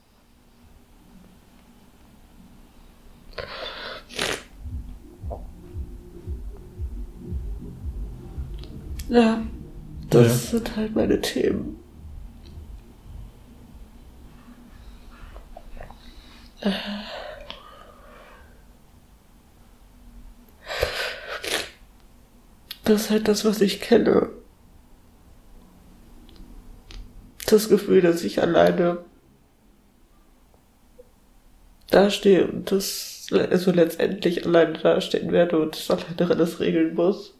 Ja, das sind halt meine Themen. Das ist halt das, was ich kenne. Das Gefühl, dass ich alleine dastehe und das also letztendlich alleine dastehen werde und das alleine alles regeln muss.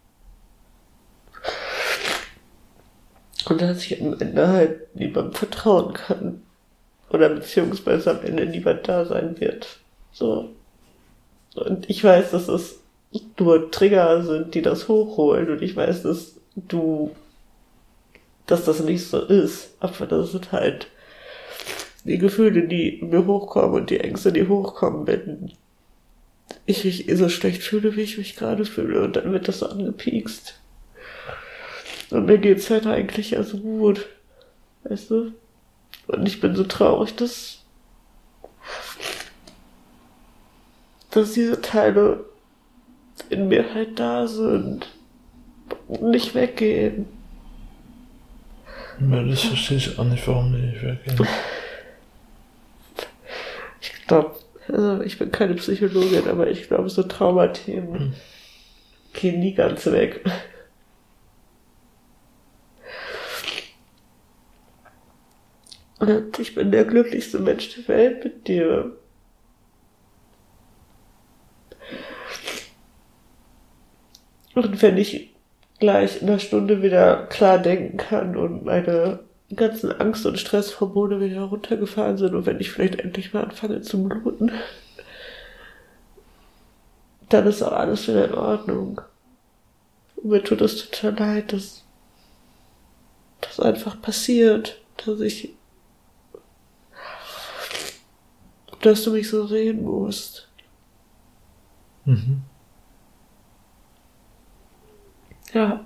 Und dass ich am Ende halt niemandem vertrauen kann. Oder beziehungsweise am Ende niemand da sein wird. So. Und ich weiß, dass es nur Trigger sind, die das hochholen. Und ich weiß, dass das nicht so ist. Aber das sind halt die Gefühle, die mir hochkommen und die Ängste, die hochkommen, wenn ich mich so schlecht fühle, wie ich mich gerade fühle. Und dann wird das so angepiekst. Und mir geht's halt eigentlich ja so gut. Weißt du? Und ich bin so traurig, dass diese Teile in mir halt da sind und nicht weggehen. Ja, das verstehe ich auch nicht, warum die nicht weggehen. Ich glaube, also ich bin keine Psychologin, aber ich glaube, so Traumathemen gehen nie ganz weg. Und ich bin der glücklichste Mensch der Welt mit dir. Und wenn ich gleich in einer Stunde wieder klar denken kann und meine ganzen Angst- und Stresshormone wieder runtergefahren sind und wenn ich vielleicht endlich mal anfange zu bluten, dann ist auch alles wieder in Ordnung. Und mir tut es total leid, dass das einfach passiert, dass du mich so sehen musst. Mhm. Ja.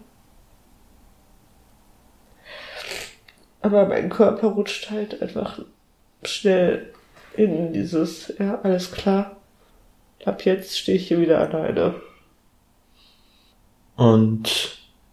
Aber mein Körper rutscht halt einfach schnell in dieses, ja, alles klar. Ab jetzt stehe ich hier wieder alleine. Und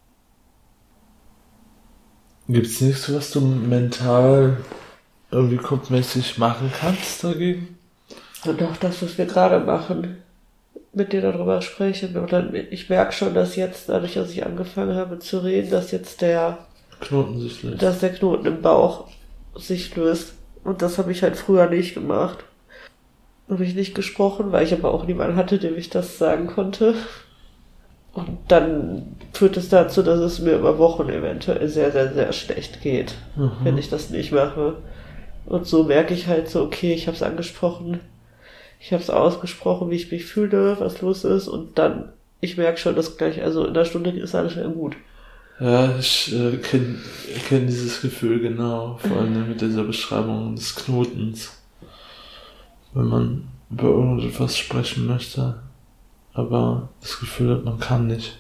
gibt's nichts, was du mental irgendwie kopfmäßig machen kannst dagegen? Und auch das, was wir gerade machen, mit dir darüber sprechen. Und dann, ich merke schon, dass jetzt, dadurch, dass ich angefangen habe zu reden, dass jetzt der Knoten sich löst. Dass der Knoten im Bauch sich löst. Und das habe ich halt früher nicht gemacht. Habe ich nicht gesprochen, weil ich aber auch niemanden hatte, dem ich das sagen konnte. Und dann führt es dazu, dass es mir über Wochen eventuell sehr, sehr, sehr schlecht geht, wenn ich das nicht mache. Und so merke ich halt so, okay, ich habe es angesprochen, ich habe es ausgesprochen, wie ich mich fühle, was los ist. Und dann, ich merke schon, dass gleich, also in einer Stunde ist alles wieder gut. Ja, ich kenn dieses Gefühl genau, vor allem mit dieser Beschreibung des Knotens. Wenn man über irgendetwas sprechen möchte, aber das Gefühl hat, man kann nicht.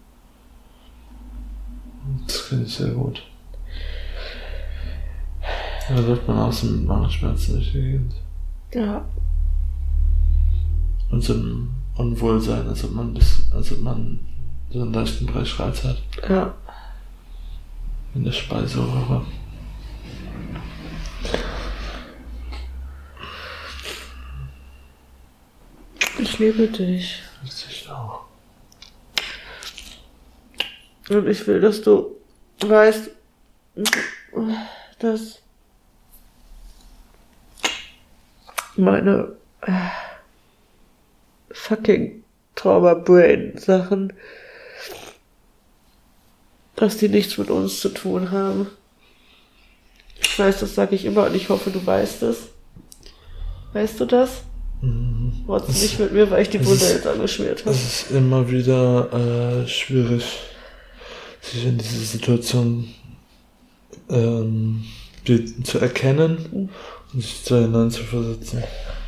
Das kenne ich sehr gut. Da läuft man außen mit Magenschmerzen durch die Gegend. Ja. Und so ein Unwohlsein, als ob man so einen leichten Brechreiz hat. Ja. In der Speiseröhre. Ich liebe dich. Ich auch. Und ich will, dass du weißt, dass meine fucking Trauma-Brain-Sachen, dass die nichts mit uns zu tun haben. Ich weiß, das sage ich immer und ich hoffe, du weißt es. Weißt du das? Wolltest nicht mit mir, weil ich die Wunde jetzt angeschmiert habe. Es ist immer wieder schwierig, sich in diese Situation zu erkennen und sich da hineinzuversetzen.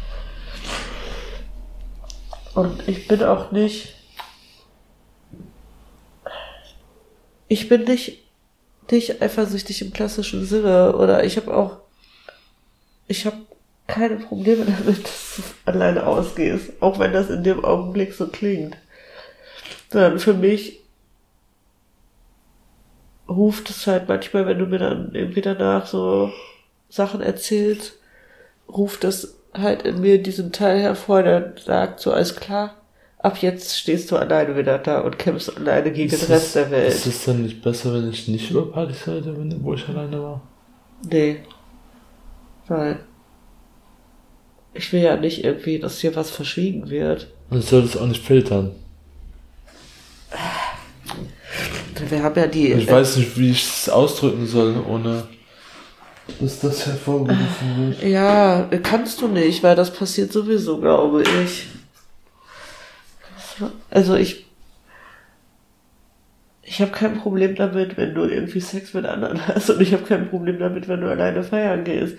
Und ich bin auch nicht... Ich bin nicht eifersüchtig im klassischen Sinne. Oder ich habe keine Probleme damit, dass du alleine ausgehst. Auch wenn das in dem Augenblick so klingt. Sondern für mich ruft es halt manchmal, wenn du mir dann irgendwie danach so Sachen erzählst, ruft es halt in mir diesen Teil hervor, der sagt so, alles klar, ab jetzt stehst du alleine wieder da und kämpfst alleine gegen den Rest der Welt. Ist es dann nicht besser, wenn ich nicht über Partys rede, wo ich alleine war? Nee. Nein. Ich will ja nicht irgendwie, dass hier was verschwiegen wird. Und ich soll das auch nicht filtern. Wir haben ja die... Ich weiß nicht, wie ich es ausdrücken soll, ohne dass das hervorgerufen wird. Ja, kannst du nicht, weil das passiert sowieso, glaube ich. Also ich habe kein Problem damit, wenn du irgendwie Sex mit anderen hast, und ich habe kein Problem damit, wenn du alleine feiern gehst.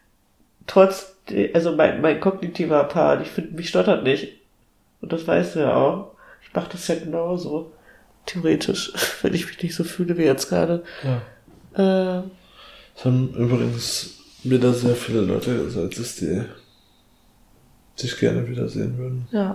Also mein kognitiver Part, ich finde, mich stottert nicht. Und das weißt du ja auch. Ich mache das ja genauso. Theoretisch, wenn ich mich nicht so fühle wie jetzt gerade. Ja. Es haben übrigens wieder sehr viele Leute gesagt, dass die sich gerne wiedersehen würden. Ja.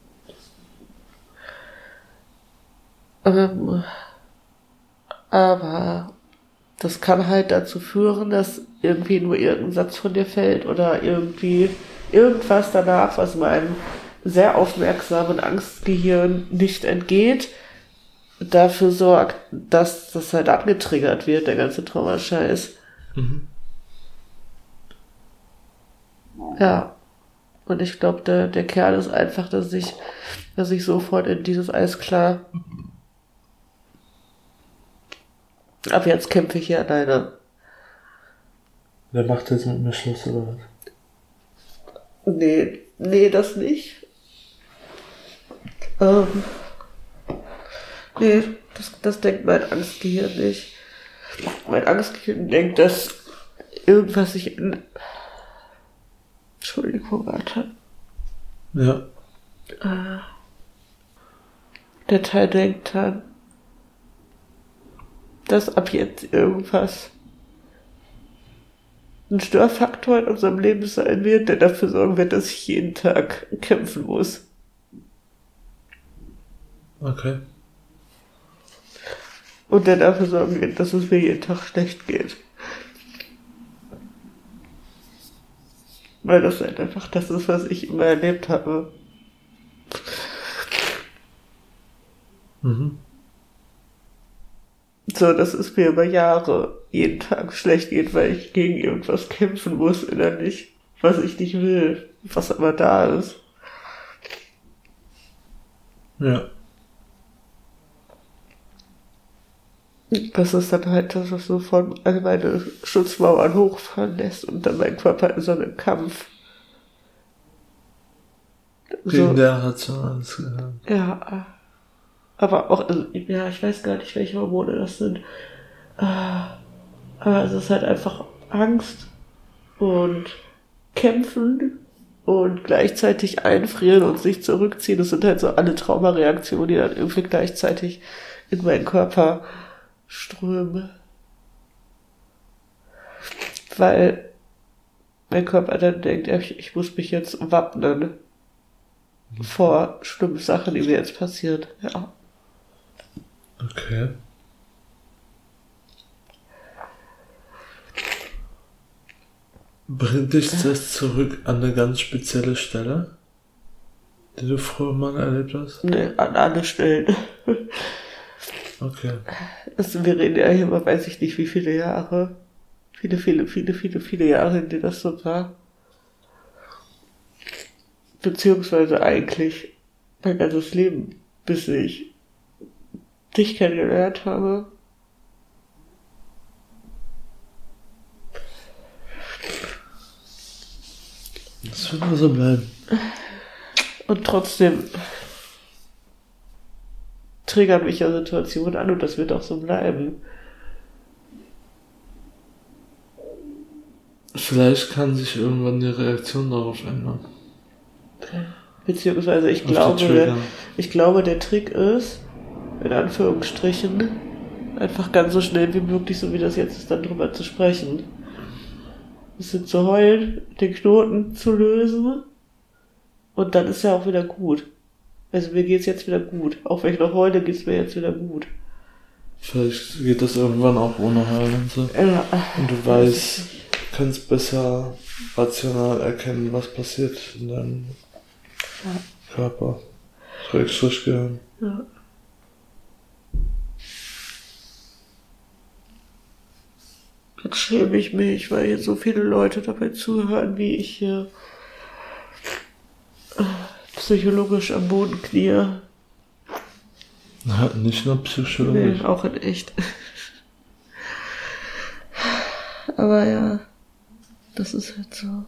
Aber das kann halt dazu führen, dass irgendwie nur irgendein Satz von dir fällt oder irgendwie irgendwas danach, was meinem sehr aufmerksamen Angstgehirn nicht entgeht, dafür sorgt, dass das halt angetriggert wird, der ganze Traumascheiß. Ja. Und ich glaube, der Kern ist einfach, dass ich sofort in dieses Eisklar, ab jetzt kämpfe ich hier alleine. Wer macht jetzt mit mir Schluss oder was? Nee, das nicht. Nee, das denkt mein Angstgehirn nicht. Mein Angstgehirn denkt, dass irgendwas sich in... Entschuldigung, warte. Ja. Der Teil denkt dann, dass ab jetzt irgendwas ein Störfaktor in unserem Leben sein wird, der dafür sorgen wird, dass ich jeden Tag kämpfen muss. Okay. Und der dafür sorgen wird, dass es mir jeden Tag schlecht geht. Weil das halt einfach das ist, was ich immer erlebt habe. So, dass es mir über Jahre jeden Tag schlecht geht, weil ich gegen irgendwas kämpfen muss innerlich, was ich nicht will, was aber da ist. Ja. Das ist dann halt, dass es so von meine Schutzmauern hochfahren lässt und dann mein Körper in so einem Kampf. Gegen der rationales Gehirn. Ja. Aber auch, also, ja, ich weiß gar nicht, welche Hormone das sind. Aber es ist halt einfach Angst und Kämpfen und gleichzeitig einfrieren und sich zurückziehen. Das sind halt so alle Traumareaktionen, die dann irgendwie gleichzeitig in meinen Körper strömen. Weil mein Körper dann denkt, ich muss mich jetzt wappnen vor schlimmen Sachen, die mir jetzt passieren. Ja. Okay. Bringt dich das zurück an eine ganz spezielle Stelle, die du früher mal erlebt hast? Nee, an alle Stellen. Okay. Also wir reden ja hier über, weiß ich nicht, wie viele Jahre. Viele Jahre, in denen das so war. beziehungsweise eigentlich mein ganzes Leben, bis ich dich kennengelernt habe. Das wird immer so bleiben. Und trotzdem triggern mich ja Situationen an und das wird auch so bleiben. Vielleicht kann sich irgendwann die Reaktion darauf ändern. Beziehungsweise ich glaube, der Trick ist, in Anführungsstrichen, einfach ganz so schnell wie möglich, so wie das jetzt ist, dann drüber zu sprechen. Ein bisschen zu heulen, den Knoten zu lösen und dann ist ja auch wieder gut. Also mir geht's jetzt wieder gut. Auch wenn ich noch heule, geht's mir jetzt wieder gut. Vielleicht geht das irgendwann auch ohne Heulen und so. Ja. Und du weißt, kannst besser rational erkennen, was passiert in deinem Körper. Schrägstrich Gehirn. Ja. Jetzt schäme ich mich, weil jetzt so viele Leute dabei zuhören, wie ich hier psychologisch am Boden knie. Ja, nicht nur psychologisch. Nee, auch in echt. Aber ja, das ist halt so.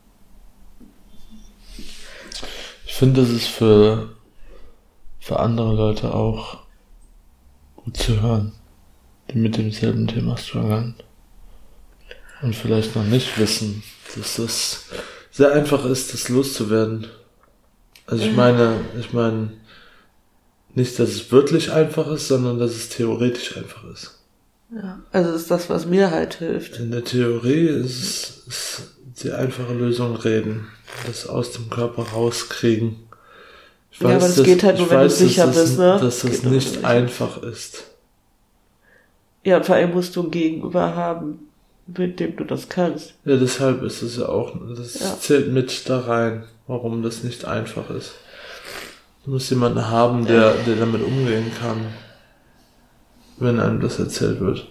Ich finde, das ist für andere Leute auch gut zu hören, die mit demselben Thema strugglen und vielleicht noch nicht wissen, dass es sehr einfach ist, das loszuwerden. Also ich meine nicht, dass es wirklich einfach ist, sondern dass es theoretisch einfach ist. Ja, also das ist das, was mir halt hilft. In der Theorie ist die einfache Lösung reden, das aus dem Körper rauskriegen. Ich weiß, aber das geht halt nur, wenn du sicher bist, ne? Dass das nicht einfach ist. Ja, und vor allem musst du ein Gegenüber haben, mit dem du das kannst. Ja, deshalb ist es ja auch, das zählt mit da rein, warum das nicht einfach ist. Du musst jemanden haben, der damit umgehen kann, wenn einem das erzählt wird.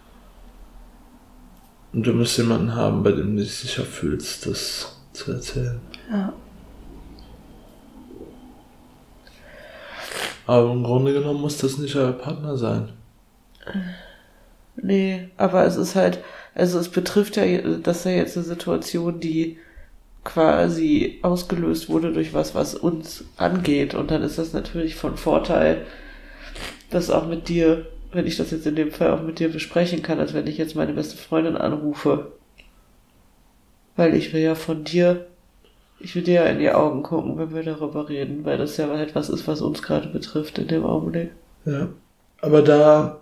Und du musst jemanden haben, bei dem du dich sicher fühlst, das zu erzählen. Ja. Aber im Grunde genommen muss das nicht euer Partner sein. Nee, aber es ist halt, also es betrifft ja, das ist ja jetzt eine Situation, die quasi ausgelöst wurde durch was uns angeht. Und dann ist das natürlich von Vorteil, das auch mit dir, wenn ich das jetzt in dem Fall auch mit dir besprechen kann, als wenn ich jetzt meine beste Freundin anrufe. Weil ich will ja von dir, ich will dir ja in die Augen gucken, wenn wir darüber reden, weil das ja halt was ist, was uns gerade betrifft in dem Augenblick. Ja, aber da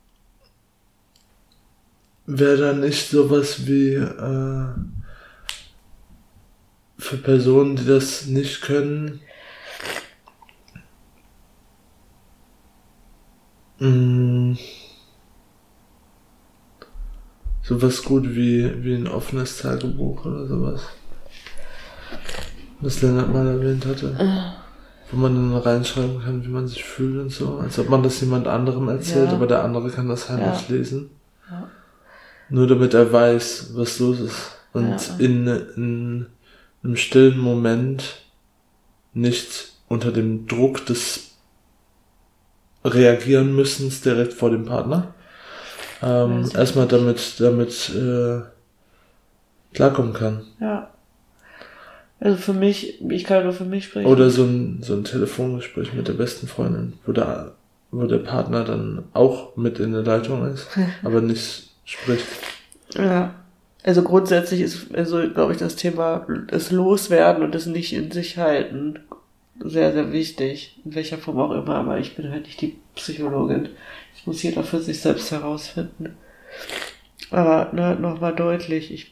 wäre dann nicht sowas wie für Personen, die das nicht können, sowas gut wie ein offenes Tagebuch oder sowas. Was Lennart mal erwähnt hatte. Wo man dann reinschreiben kann, wie man sich fühlt und so. Als ob man das jemand anderem erzählt, aber der andere kann das halt nicht lesen. Ja. Nur damit er weiß, was los ist. Und in einem stillen Moment nicht unter dem Druck des Reagieren müssens direkt vor dem Partner. Erstmal damit klarkommen kann. Ja. Also für mich, ich kann nur für mich sprechen. Oder so ein Telefongespräch mit der besten Freundin, wo der Partner dann auch mit in der Leitung ist, aber nicht spricht. Ja. Also grundsätzlich ist, glaube ich, das Thema das Loswerden und das nicht in sich halten sehr, sehr wichtig. In welcher Form auch immer, aber ich bin halt nicht die Psychologin. Das muss jeder für sich selbst herausfinden. Aber, nochmal deutlich,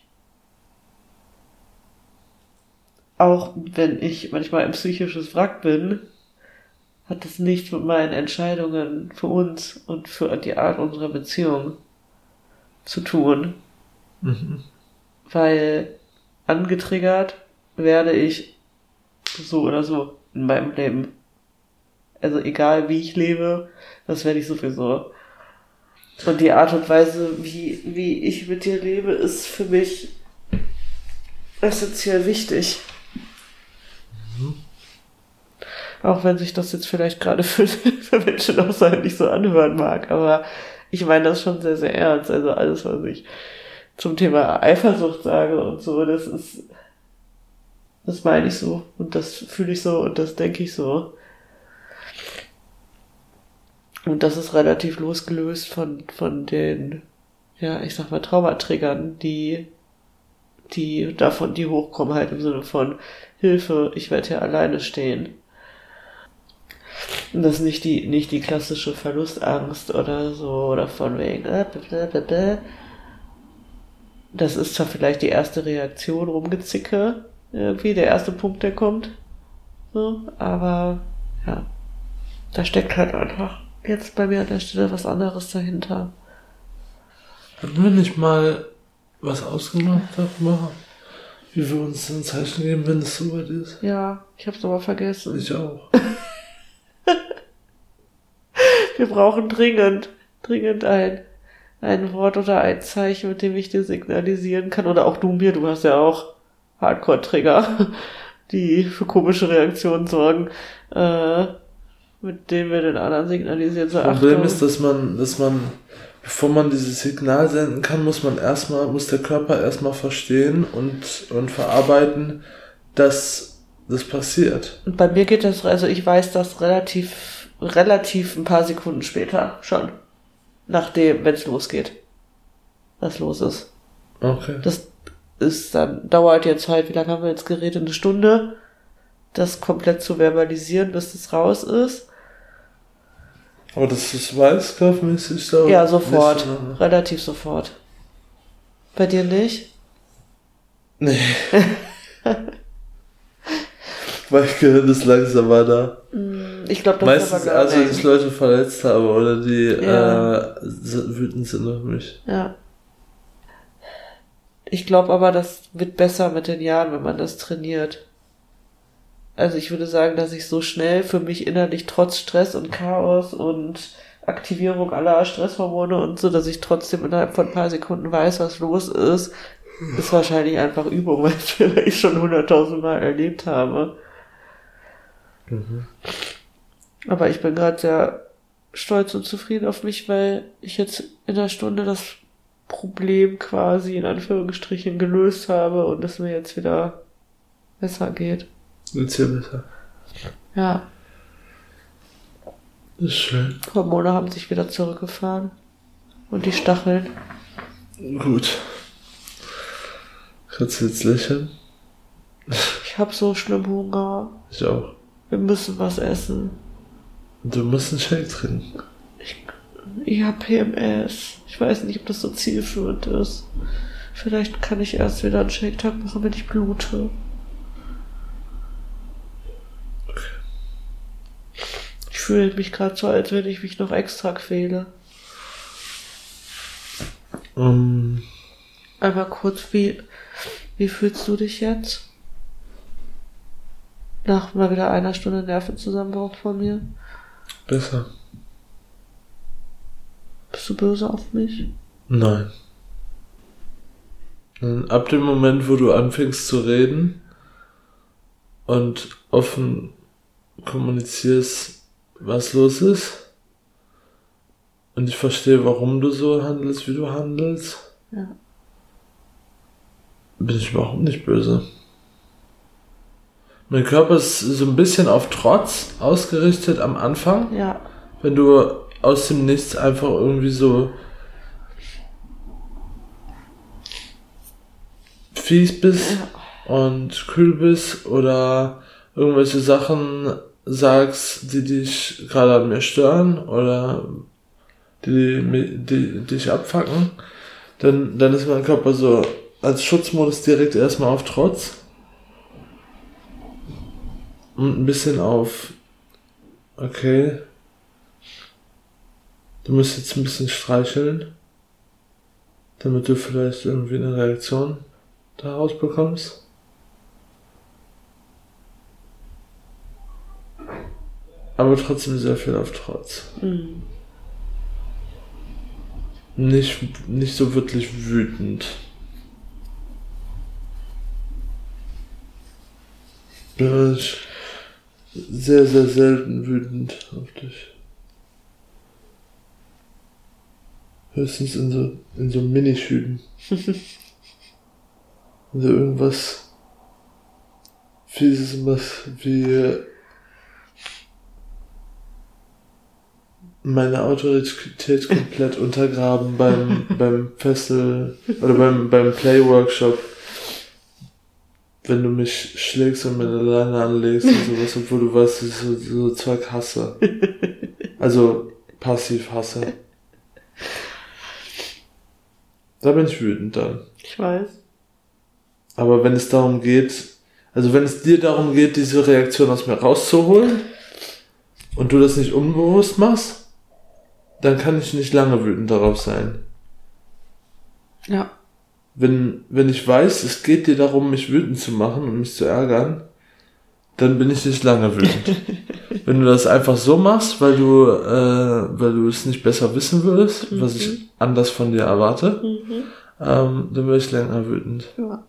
auch wenn ich manchmal ein psychisches Wrack bin, hat das nichts mit meinen Entscheidungen für uns und für die Art unserer Beziehung zu tun. Mhm. Weil angetriggert werde ich so oder so in meinem Leben. Also egal wie ich lebe, das werde ich sowieso. Und die Art und Weise, wie ich mit dir lebe, ist für mich essentiell wichtig. Mhm. Auch wenn sich das jetzt vielleicht gerade für Menschen außerhalb nicht so anhören mag. Aber ich meine das schon sehr, sehr ernst. Also alles, was ich zum Thema Eifersucht sage und so, das meine ich so. Und das fühle ich so und das denke ich so. Und das ist relativ losgelöst von den, ja, ich sag mal, Traumatriggern, die hochkommen halt im Sinne von Hilfe, ich werde hier alleine stehen. Und das ist nicht die klassische Verlustangst oder so, oder von wegen, blablabla. Das ist zwar vielleicht die erste Reaktion, Rumgezicke, irgendwie, der erste Punkt, der kommt, so, aber, ja, da steckt halt einfach jetzt bei mir an der Stelle was anderes dahinter. Hatten wir nicht mal was ausgemacht darüber, wie wir uns ein Zeichen geben, wenn es soweit ist? Ja, ich hab's aber vergessen. Ich auch. Wir brauchen dringend ein Wort oder ein Zeichen, mit dem ich dir signalisieren kann. Oder auch du mir, du hast ja auch Hardcore-Trigger, die für komische Reaktionen sorgen, mit denen wir den anderen signalisieren. So, das Problem ist, dass man, bevor man dieses Signal senden kann, muss der Körper erstmal verstehen und verarbeiten, dass das passiert. Und bei mir geht das, also ich weiß das relativ ein paar Sekunden später schon. Nachdem, wenn es losgeht. Was los ist. Okay. Das ist dann, dauert jetzt halt, wie lange haben wir jetzt geredet? Eine Stunde, das komplett zu verbalisieren, bis das raus ist. Aber das ist weißkraftmäßig da? Ja, sofort. Relativ sofort. Bei dir nicht? Nee. Mein Gehirn ist langsamer da. Ich glaube, das meistens, ist aber also dass ich Leute verletzt habe oder die wütend sind auf mich. Ja. Ich glaube aber, das wird besser mit den Jahren, wenn man das trainiert. Also ich würde sagen, dass ich so schnell für mich innerlich trotz Stress und Chaos und Aktivierung aller Stresshormone und so, dass ich trotzdem innerhalb von ein paar Sekunden weiß, was los ist wahrscheinlich einfach Übung, weil ich schon 100.000 Mal erlebt habe. Mhm. Aber ich bin gerade sehr stolz und zufrieden auf mich, weil ich jetzt in einer Stunde das Problem quasi in Anführungsstrichen gelöst habe und es mir jetzt wieder besser geht. Geht's dir besser? Ja. Das ist schön. Hormone haben sich wieder zurückgefahren. Und die Stacheln. Gut. Kannst du jetzt lächeln? Ich hab so schlimm Hunger. Ich auch. Wir müssen was essen. Du musst einen Shake trinken. Ich hab PMS. Ich weiß nicht, ob das so zielführend ist. Vielleicht kann ich erst wieder einen Shake-Tag machen, wenn ich blute. Ich fühle mich gerade so, als wenn ich mich noch extra quäle. Einmal kurz, wie fühlst du dich jetzt? Nach mal wieder einer Stunde Nervenzusammenbruch von mir? Besser. Bist du böse auf mich? Nein. Ab dem Moment, wo du anfängst zu reden und offen kommunizierst, was los ist, und ich verstehe, warum du so handelst, wie du handelst, ja, bin ich überhaupt nicht böse. Mein Körper ist so ein bisschen auf Trotz ausgerichtet am Anfang. Ja. Wenn du aus dem Nichts einfach irgendwie so fies bist und kühl bist oder irgendwelche Sachen sagst, die dich gerade an mir stören oder die dich abfacken, dann ist mein Körper so als Schutzmodus direkt erstmal auf Trotz und ein bisschen auf okay, du musst jetzt ein bisschen streicheln, damit du vielleicht irgendwie eine Reaktion daraus bekommst. Aber trotzdem sehr viel auf Trotz. Mhm. Nicht so wirklich wütend. sehr, sehr selten wütend auf dich. Höchstens in so Minischüben. Also irgendwas Fieses, was wie meine Autorität komplett untergraben beim Festival oder beim Play-Workshop. Wenn du mich schlägst und mir eine Leine anlegst und sowas, obwohl du weißt, dass ich so Zeug hasse. Also passiv hasse. Da bin ich wütend dann. Ich weiß. Aber wenn es darum geht, also wenn es dir darum geht, diese Reaktion aus mir rauszuholen und du das nicht unbewusst machst, dann kann ich nicht lange wütend darauf sein. Ja. Wenn ich weiß, es geht dir darum, mich wütend zu machen und mich zu ärgern, dann bin ich nicht lange wütend. Wenn du das einfach so machst, weil du es nicht besser wissen würdest, was ich anders von dir erwarte, dann werde ich länger wütend. Ja.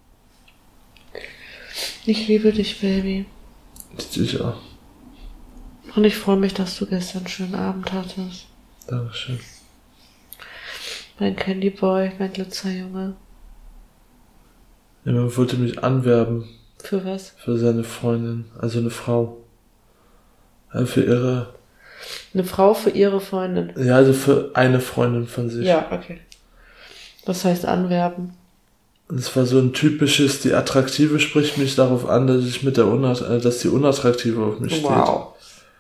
Ich liebe dich, Baby. Ich dich auch. Und ich freue mich, dass du gestern einen schönen Abend hattest. Dankeschön. Mein Candy Boy, mein Glitzerjunge. Jemand wollte mich anwerben. Für was? Für seine Freundin, also eine Frau. Für ihre... Eine Frau für ihre Freundin? Ja, also für eine Freundin von sich. Ja, okay. Was heißt anwerben? Das war so ein typisches, die Attraktive spricht mich darauf an, dass ich dass die Unattraktive auf mich steht. Wow.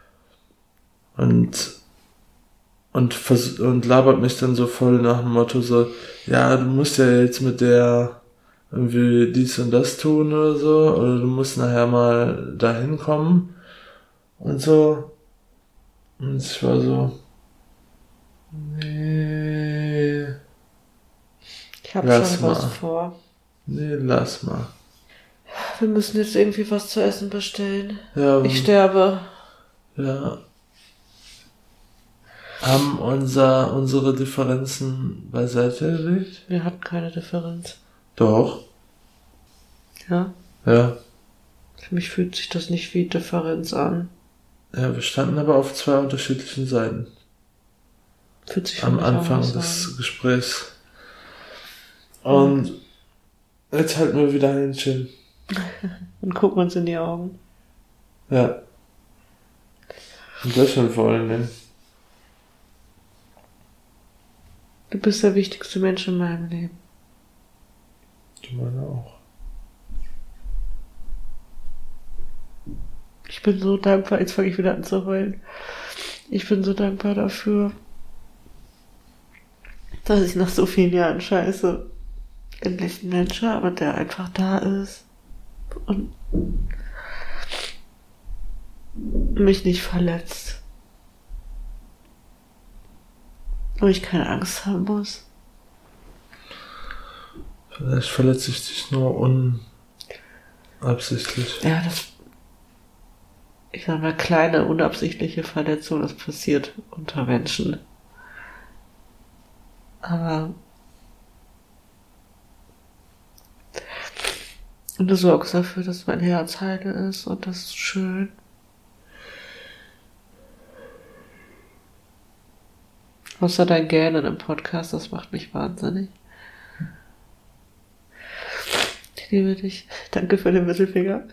Und labert mich dann so voll nach dem Motto so, ja, du musst ja jetzt mit der irgendwie dies und das tun oder so, oder du musst nachher mal dahin kommen und so. Und ich war so, nee. Ich hab schon was vor. Nee, lass mal. Wir müssen jetzt irgendwie was zu essen bestellen. Ja, ich sterbe. Ja. Haben unsere Differenzen beiseite gelegt? Wir hatten keine Differenz. Doch. Ja? Ja. Für mich fühlt sich das nicht wie Differenz an. Ja, wir standen aber auf zwei unterschiedlichen Seiten. Fühlt sich am Anfang des Gesprächs. Und jetzt halten wir wieder Händchen. Und gucken uns in die Augen. Ja. Und das schon vor allen Dingen. Du bist der wichtigste Mensch in meinem Leben. Du meine auch. Ich bin so dankbar, jetzt fange ich wieder an zu heulen. Ich bin so dankbar dafür, dass ich nach so vielen Jahren Scheiße endlich einen Mensch habe, der einfach da ist und mich nicht verletzt. Und ich keine Angst haben muss. Vielleicht verletze ich dich nur unabsichtlich. Ja, ich sag mal, kleine, unabsichtliche Verletzung, das passiert unter Menschen. Aber und du sorgst dafür, dass mein Herz heile ist und das ist schön. Außer dein Gähnen im Podcast, das macht mich wahnsinnig. Ich liebe dich. Danke für den Mittelfinger.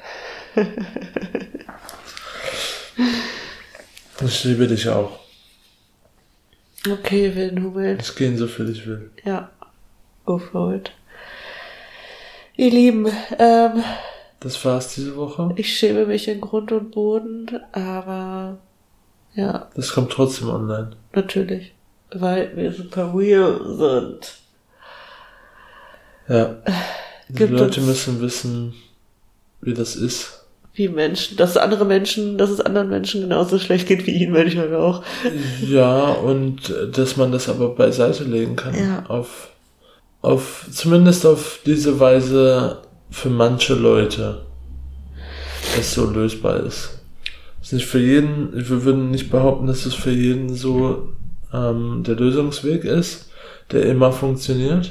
Ich liebe dich auch. Okay, wenn du willst. Ich gehe so viel ich will. Ja, go for it. Ihr Lieben, das war's diese Woche. Ich schäme mich in Grund und Boden, aber ja. Das kommt trotzdem online. Natürlich, weil wir super real sind. Ja. Die Leute müssen wissen, wie das ist. Wie Menschen, dass es anderen Menschen genauso schlecht geht wie ihnen manchmal auch. Ja, und dass man das aber beiseite legen kann. Ja. Zumindest auf diese Weise für manche Leute es so lösbar ist. Ist nicht für jeden, wir würden nicht behaupten, dass es für jeden so der Lösungsweg ist, der immer funktioniert.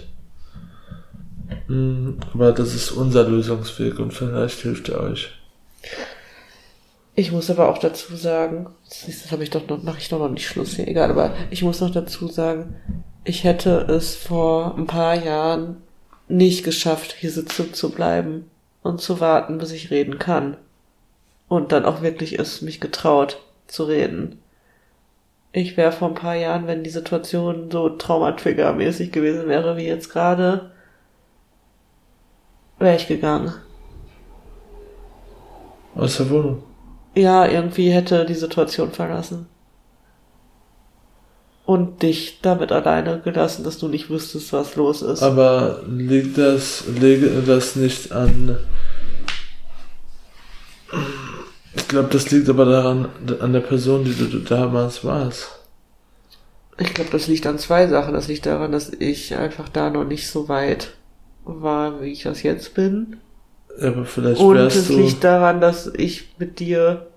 Aber das ist unser Lösungsweg und vielleicht hilft er euch. Ich muss aber auch dazu sagen, das habe ich doch noch, mache ich doch noch nicht Schluss hier, egal, aber ich muss noch dazu sagen, ich hätte es vor ein paar Jahren nicht geschafft, hier sitzen zu bleiben und zu warten, bis ich reden kann. Und dann auch wirklich es mich getraut zu reden. Ich wäre vor ein paar Jahren, wenn die Situation so traumatriggermäßig gewesen wäre wie jetzt gerade, wäre ich gegangen. Aus der Wohnung? Ja, irgendwie hätte die Situation verlassen. Und dich damit alleine gelassen, dass du nicht wüsstest, was los ist. Aber lege das nicht an... Ich glaube, das liegt aber daran, an der Person, die du damals warst. Ich glaube, das liegt an zwei Sachen. Das liegt daran, dass ich einfach da noch nicht so weit war, wie ich das jetzt bin. Aber vielleicht und wärst es liegt daran, dass ich mit dir,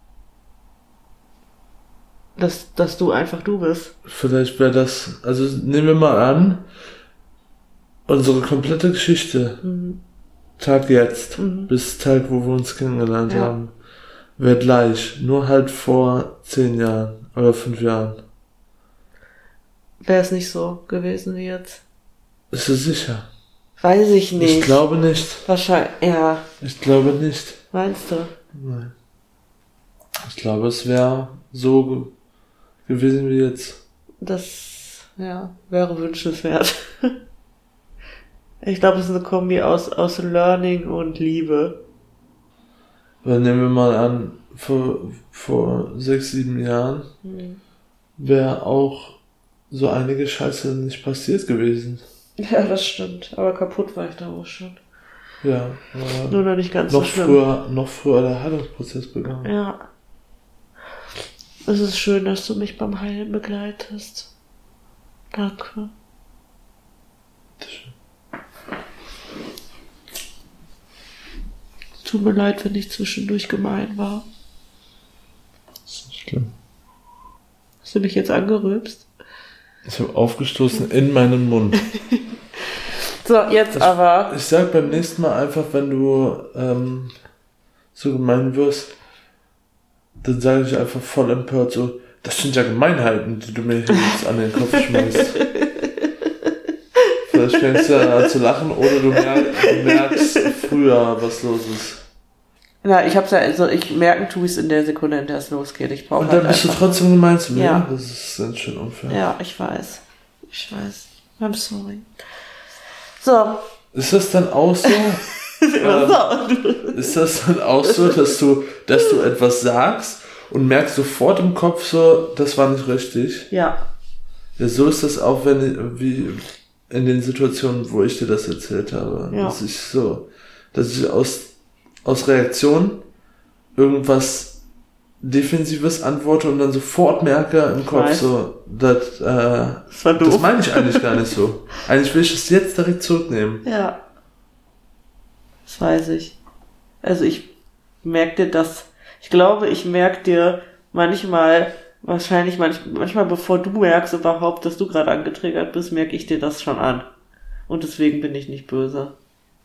dass du einfach du bist. Vielleicht wäre das, also nehmen wir mal an, unsere komplette Geschichte, Tag jetzt, bis Tag, wo wir uns kennengelernt haben, wäre gleich, nur halt vor 10 Jahren oder 5 Jahren. Wäre es nicht so gewesen wie jetzt? Ist du sicher? Weiß ich nicht. Ich glaube nicht. Wahrscheinlich, ja. Ich glaube nicht. Meinst du? Nein. Ich glaube, es wäre so gewesen wie jetzt. Das, ja, wäre wünschenswert. Ich glaube, es ist eine Kombi aus Learning und Liebe. Weil nehmen wir mal an, vor 6, 7 Jahren wäre auch so einige Scheiße nicht passiert gewesen. Ja, das stimmt. Aber kaputt war ich da auch schon. Ja, aber nur noch nicht ganz so schlimm. Noch früher der Heilungsprozess begann. Ja. Es ist schön, dass du mich beim Heilen begleitest. Danke. Bitteschön. Tut mir leid, wenn ich zwischendurch gemein war. Das ist nicht schlimm. Hast du mich jetzt angerülpst? Ich habe aufgestoßen in meinen Mund. So, jetzt aber. Ich sag beim nächsten Mal einfach, wenn du so gemein wirst, dann sage ich einfach voll empört so, das sind ja Gemeinheiten, die du mir hier jetzt an den Kopf schmeißt. Vielleicht fängst du an zu lachen oder du merkst früher, was los ist. Na, ich hab's ja, also ich merken tue es in der Sekunde, in der es losgeht. Ich brauche. Und dann bist du trotzdem gemein zu mir? Ja. Das ist ganz schön unfair. Ja, ich weiß. I'm sorry. So. Ist das dann auch so? Ist das dann auch so, dass du etwas sagst und merkst sofort im Kopf so, das war nicht richtig? Ja. Ja, so ist das auch, wie in den Situationen, wo ich dir das erzählt habe. Ja. Dass ich aus Reaktion irgendwas Defensives antworte und dann sofort merke im Kopf so, das meine ich eigentlich gar nicht so. Eigentlich will ich es jetzt direkt zurücknehmen. Ja. Das weiß ich. Also ich merke dir das. Ich glaube, ich merke dir manchmal bevor du merkst überhaupt, dass du gerade angetriggert bist, merke ich dir das schon an. Und deswegen bin ich nicht böse.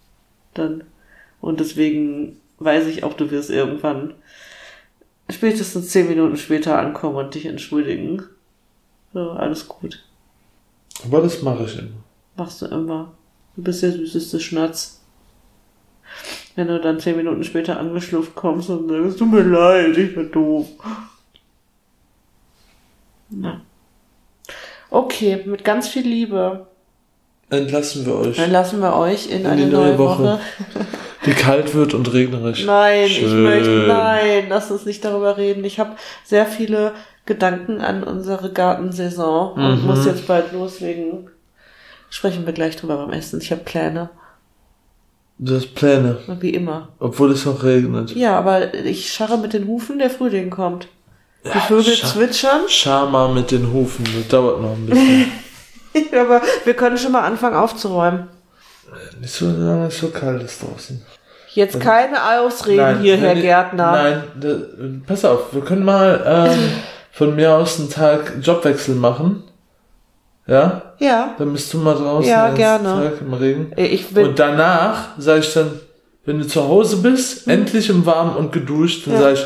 Und deswegen weiß ich auch, du wirst irgendwann spätestens 10 Minuten später ankommen und dich entschuldigen. So, alles gut. Aber das mache ich immer. Machst du immer. Du bist der süßeste Schnatz. Wenn du dann 10 Minuten später angeschlupft kommst und sagst, tut mir leid, ich bin doof. Na. Okay, mit ganz viel Liebe entlassen wir euch in eine neue Woche. Die kalt wird und regnerisch. Nein, lass uns nicht darüber reden. Ich habe sehr viele Gedanken an unsere Gartensaison und muss jetzt bald loslegen. Sprechen wir gleich drüber beim Essen. Ich habe Pläne. Du hast Pläne? Wie immer. Obwohl es noch regnet. Ja, aber ich scharre mit den Hufen, der Frühling kommt. Die Vögel zwitschern. Schar mal mit den Hufen, das dauert noch ein bisschen. Aber wir können schon mal anfangen aufzuräumen. Nicht so lange, es so kalt ist draußen. Jetzt keine Ausreden hier, Herr Gärtner. Nein, pass auf, wir können mal von mir aus einen Tag Jobwechsel machen. Ja? Ja. Dann bist du mal draußen. Ja, gerne. Tag im Regen. Und danach sage ich dann, wenn du zu Hause bist, endlich im Warmen und geduscht, dann sage ich,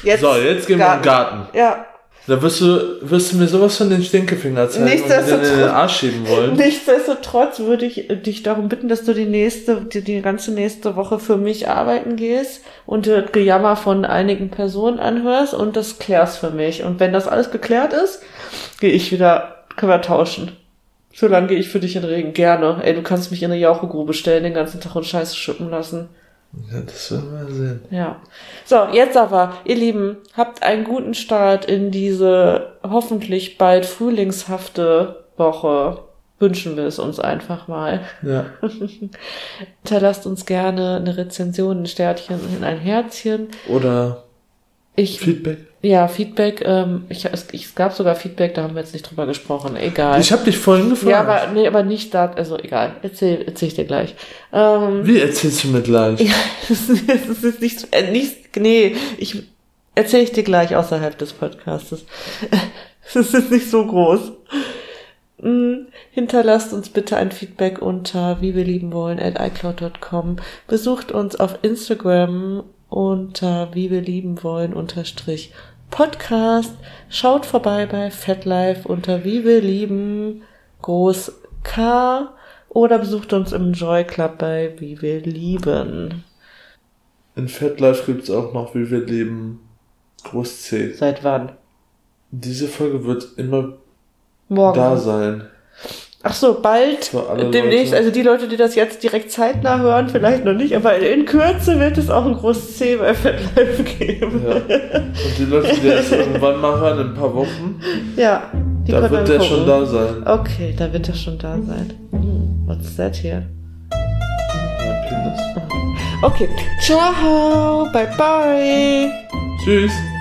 jetzt gehen wir in den Garten. Ja. Da wirst du mir sowas von den Stinkefinger zeigen und mir den in den Arsch schieben wollen. Nichtsdestotrotz würde ich dich darum bitten, dass du die ganze nächste Woche für mich arbeiten gehst und das Gejammer von einigen Personen anhörst und das klärst für mich. Und wenn das alles geklärt ist, können wir tauschen. So lange gehe ich für dich in den Regen. Gerne. Ey, du kannst mich in eine Jauchegrube stellen, den ganzen Tag und Scheiße schippen lassen. Ja, das werden wir sehen. Ja. So, jetzt aber, ihr Lieben, habt einen guten Start in diese hoffentlich bald frühlingshafte Woche. Wünschen wir es uns einfach mal. Ja. Hinterlasst uns gerne eine Rezension, ein Sternchen und ein Herzchen. Oder Feedback. Ja, Feedback. Es gab sogar Feedback, da haben wir jetzt nicht drüber gesprochen. Egal. Ich habe dich vorhin gefragt. Ja, aber nicht da. Also egal. Erzähl ich dir gleich. Wie erzählst du mir gleich? Ja, das ist nicht. Erzähle ich dir gleich außerhalb des Podcastes. Das ist nicht so groß. Hinterlasst uns bitte ein Feedback unter wiewirliebenwollen@icloud.com. Besucht uns auf Instagram unter wiewirliebenwollen_Podcast. Schaut vorbei bei FatLife unter wiewirlieben groß K oder besucht uns im Joy Club bei Wie wir lieben. In FatLife gibt's auch noch Wie wir leben groß C. Seit wann? Diese Folge wird immer morgen da sein. Ach so, bald, demnächst, Leute. also die Leute, die das jetzt direkt zeitnah hören, vielleicht noch nicht, aber in Kürze wird es auch ein großes C bei FatLife geben. Ja. Und die Leute, die das irgendwann mal hören, in ein paar Wochen, ja, die da wird der gucken. schon da sein. Okay, da wird er schon da sein. What's that here? Mein Penis. Okay, ciao, bye bye. Tschüss.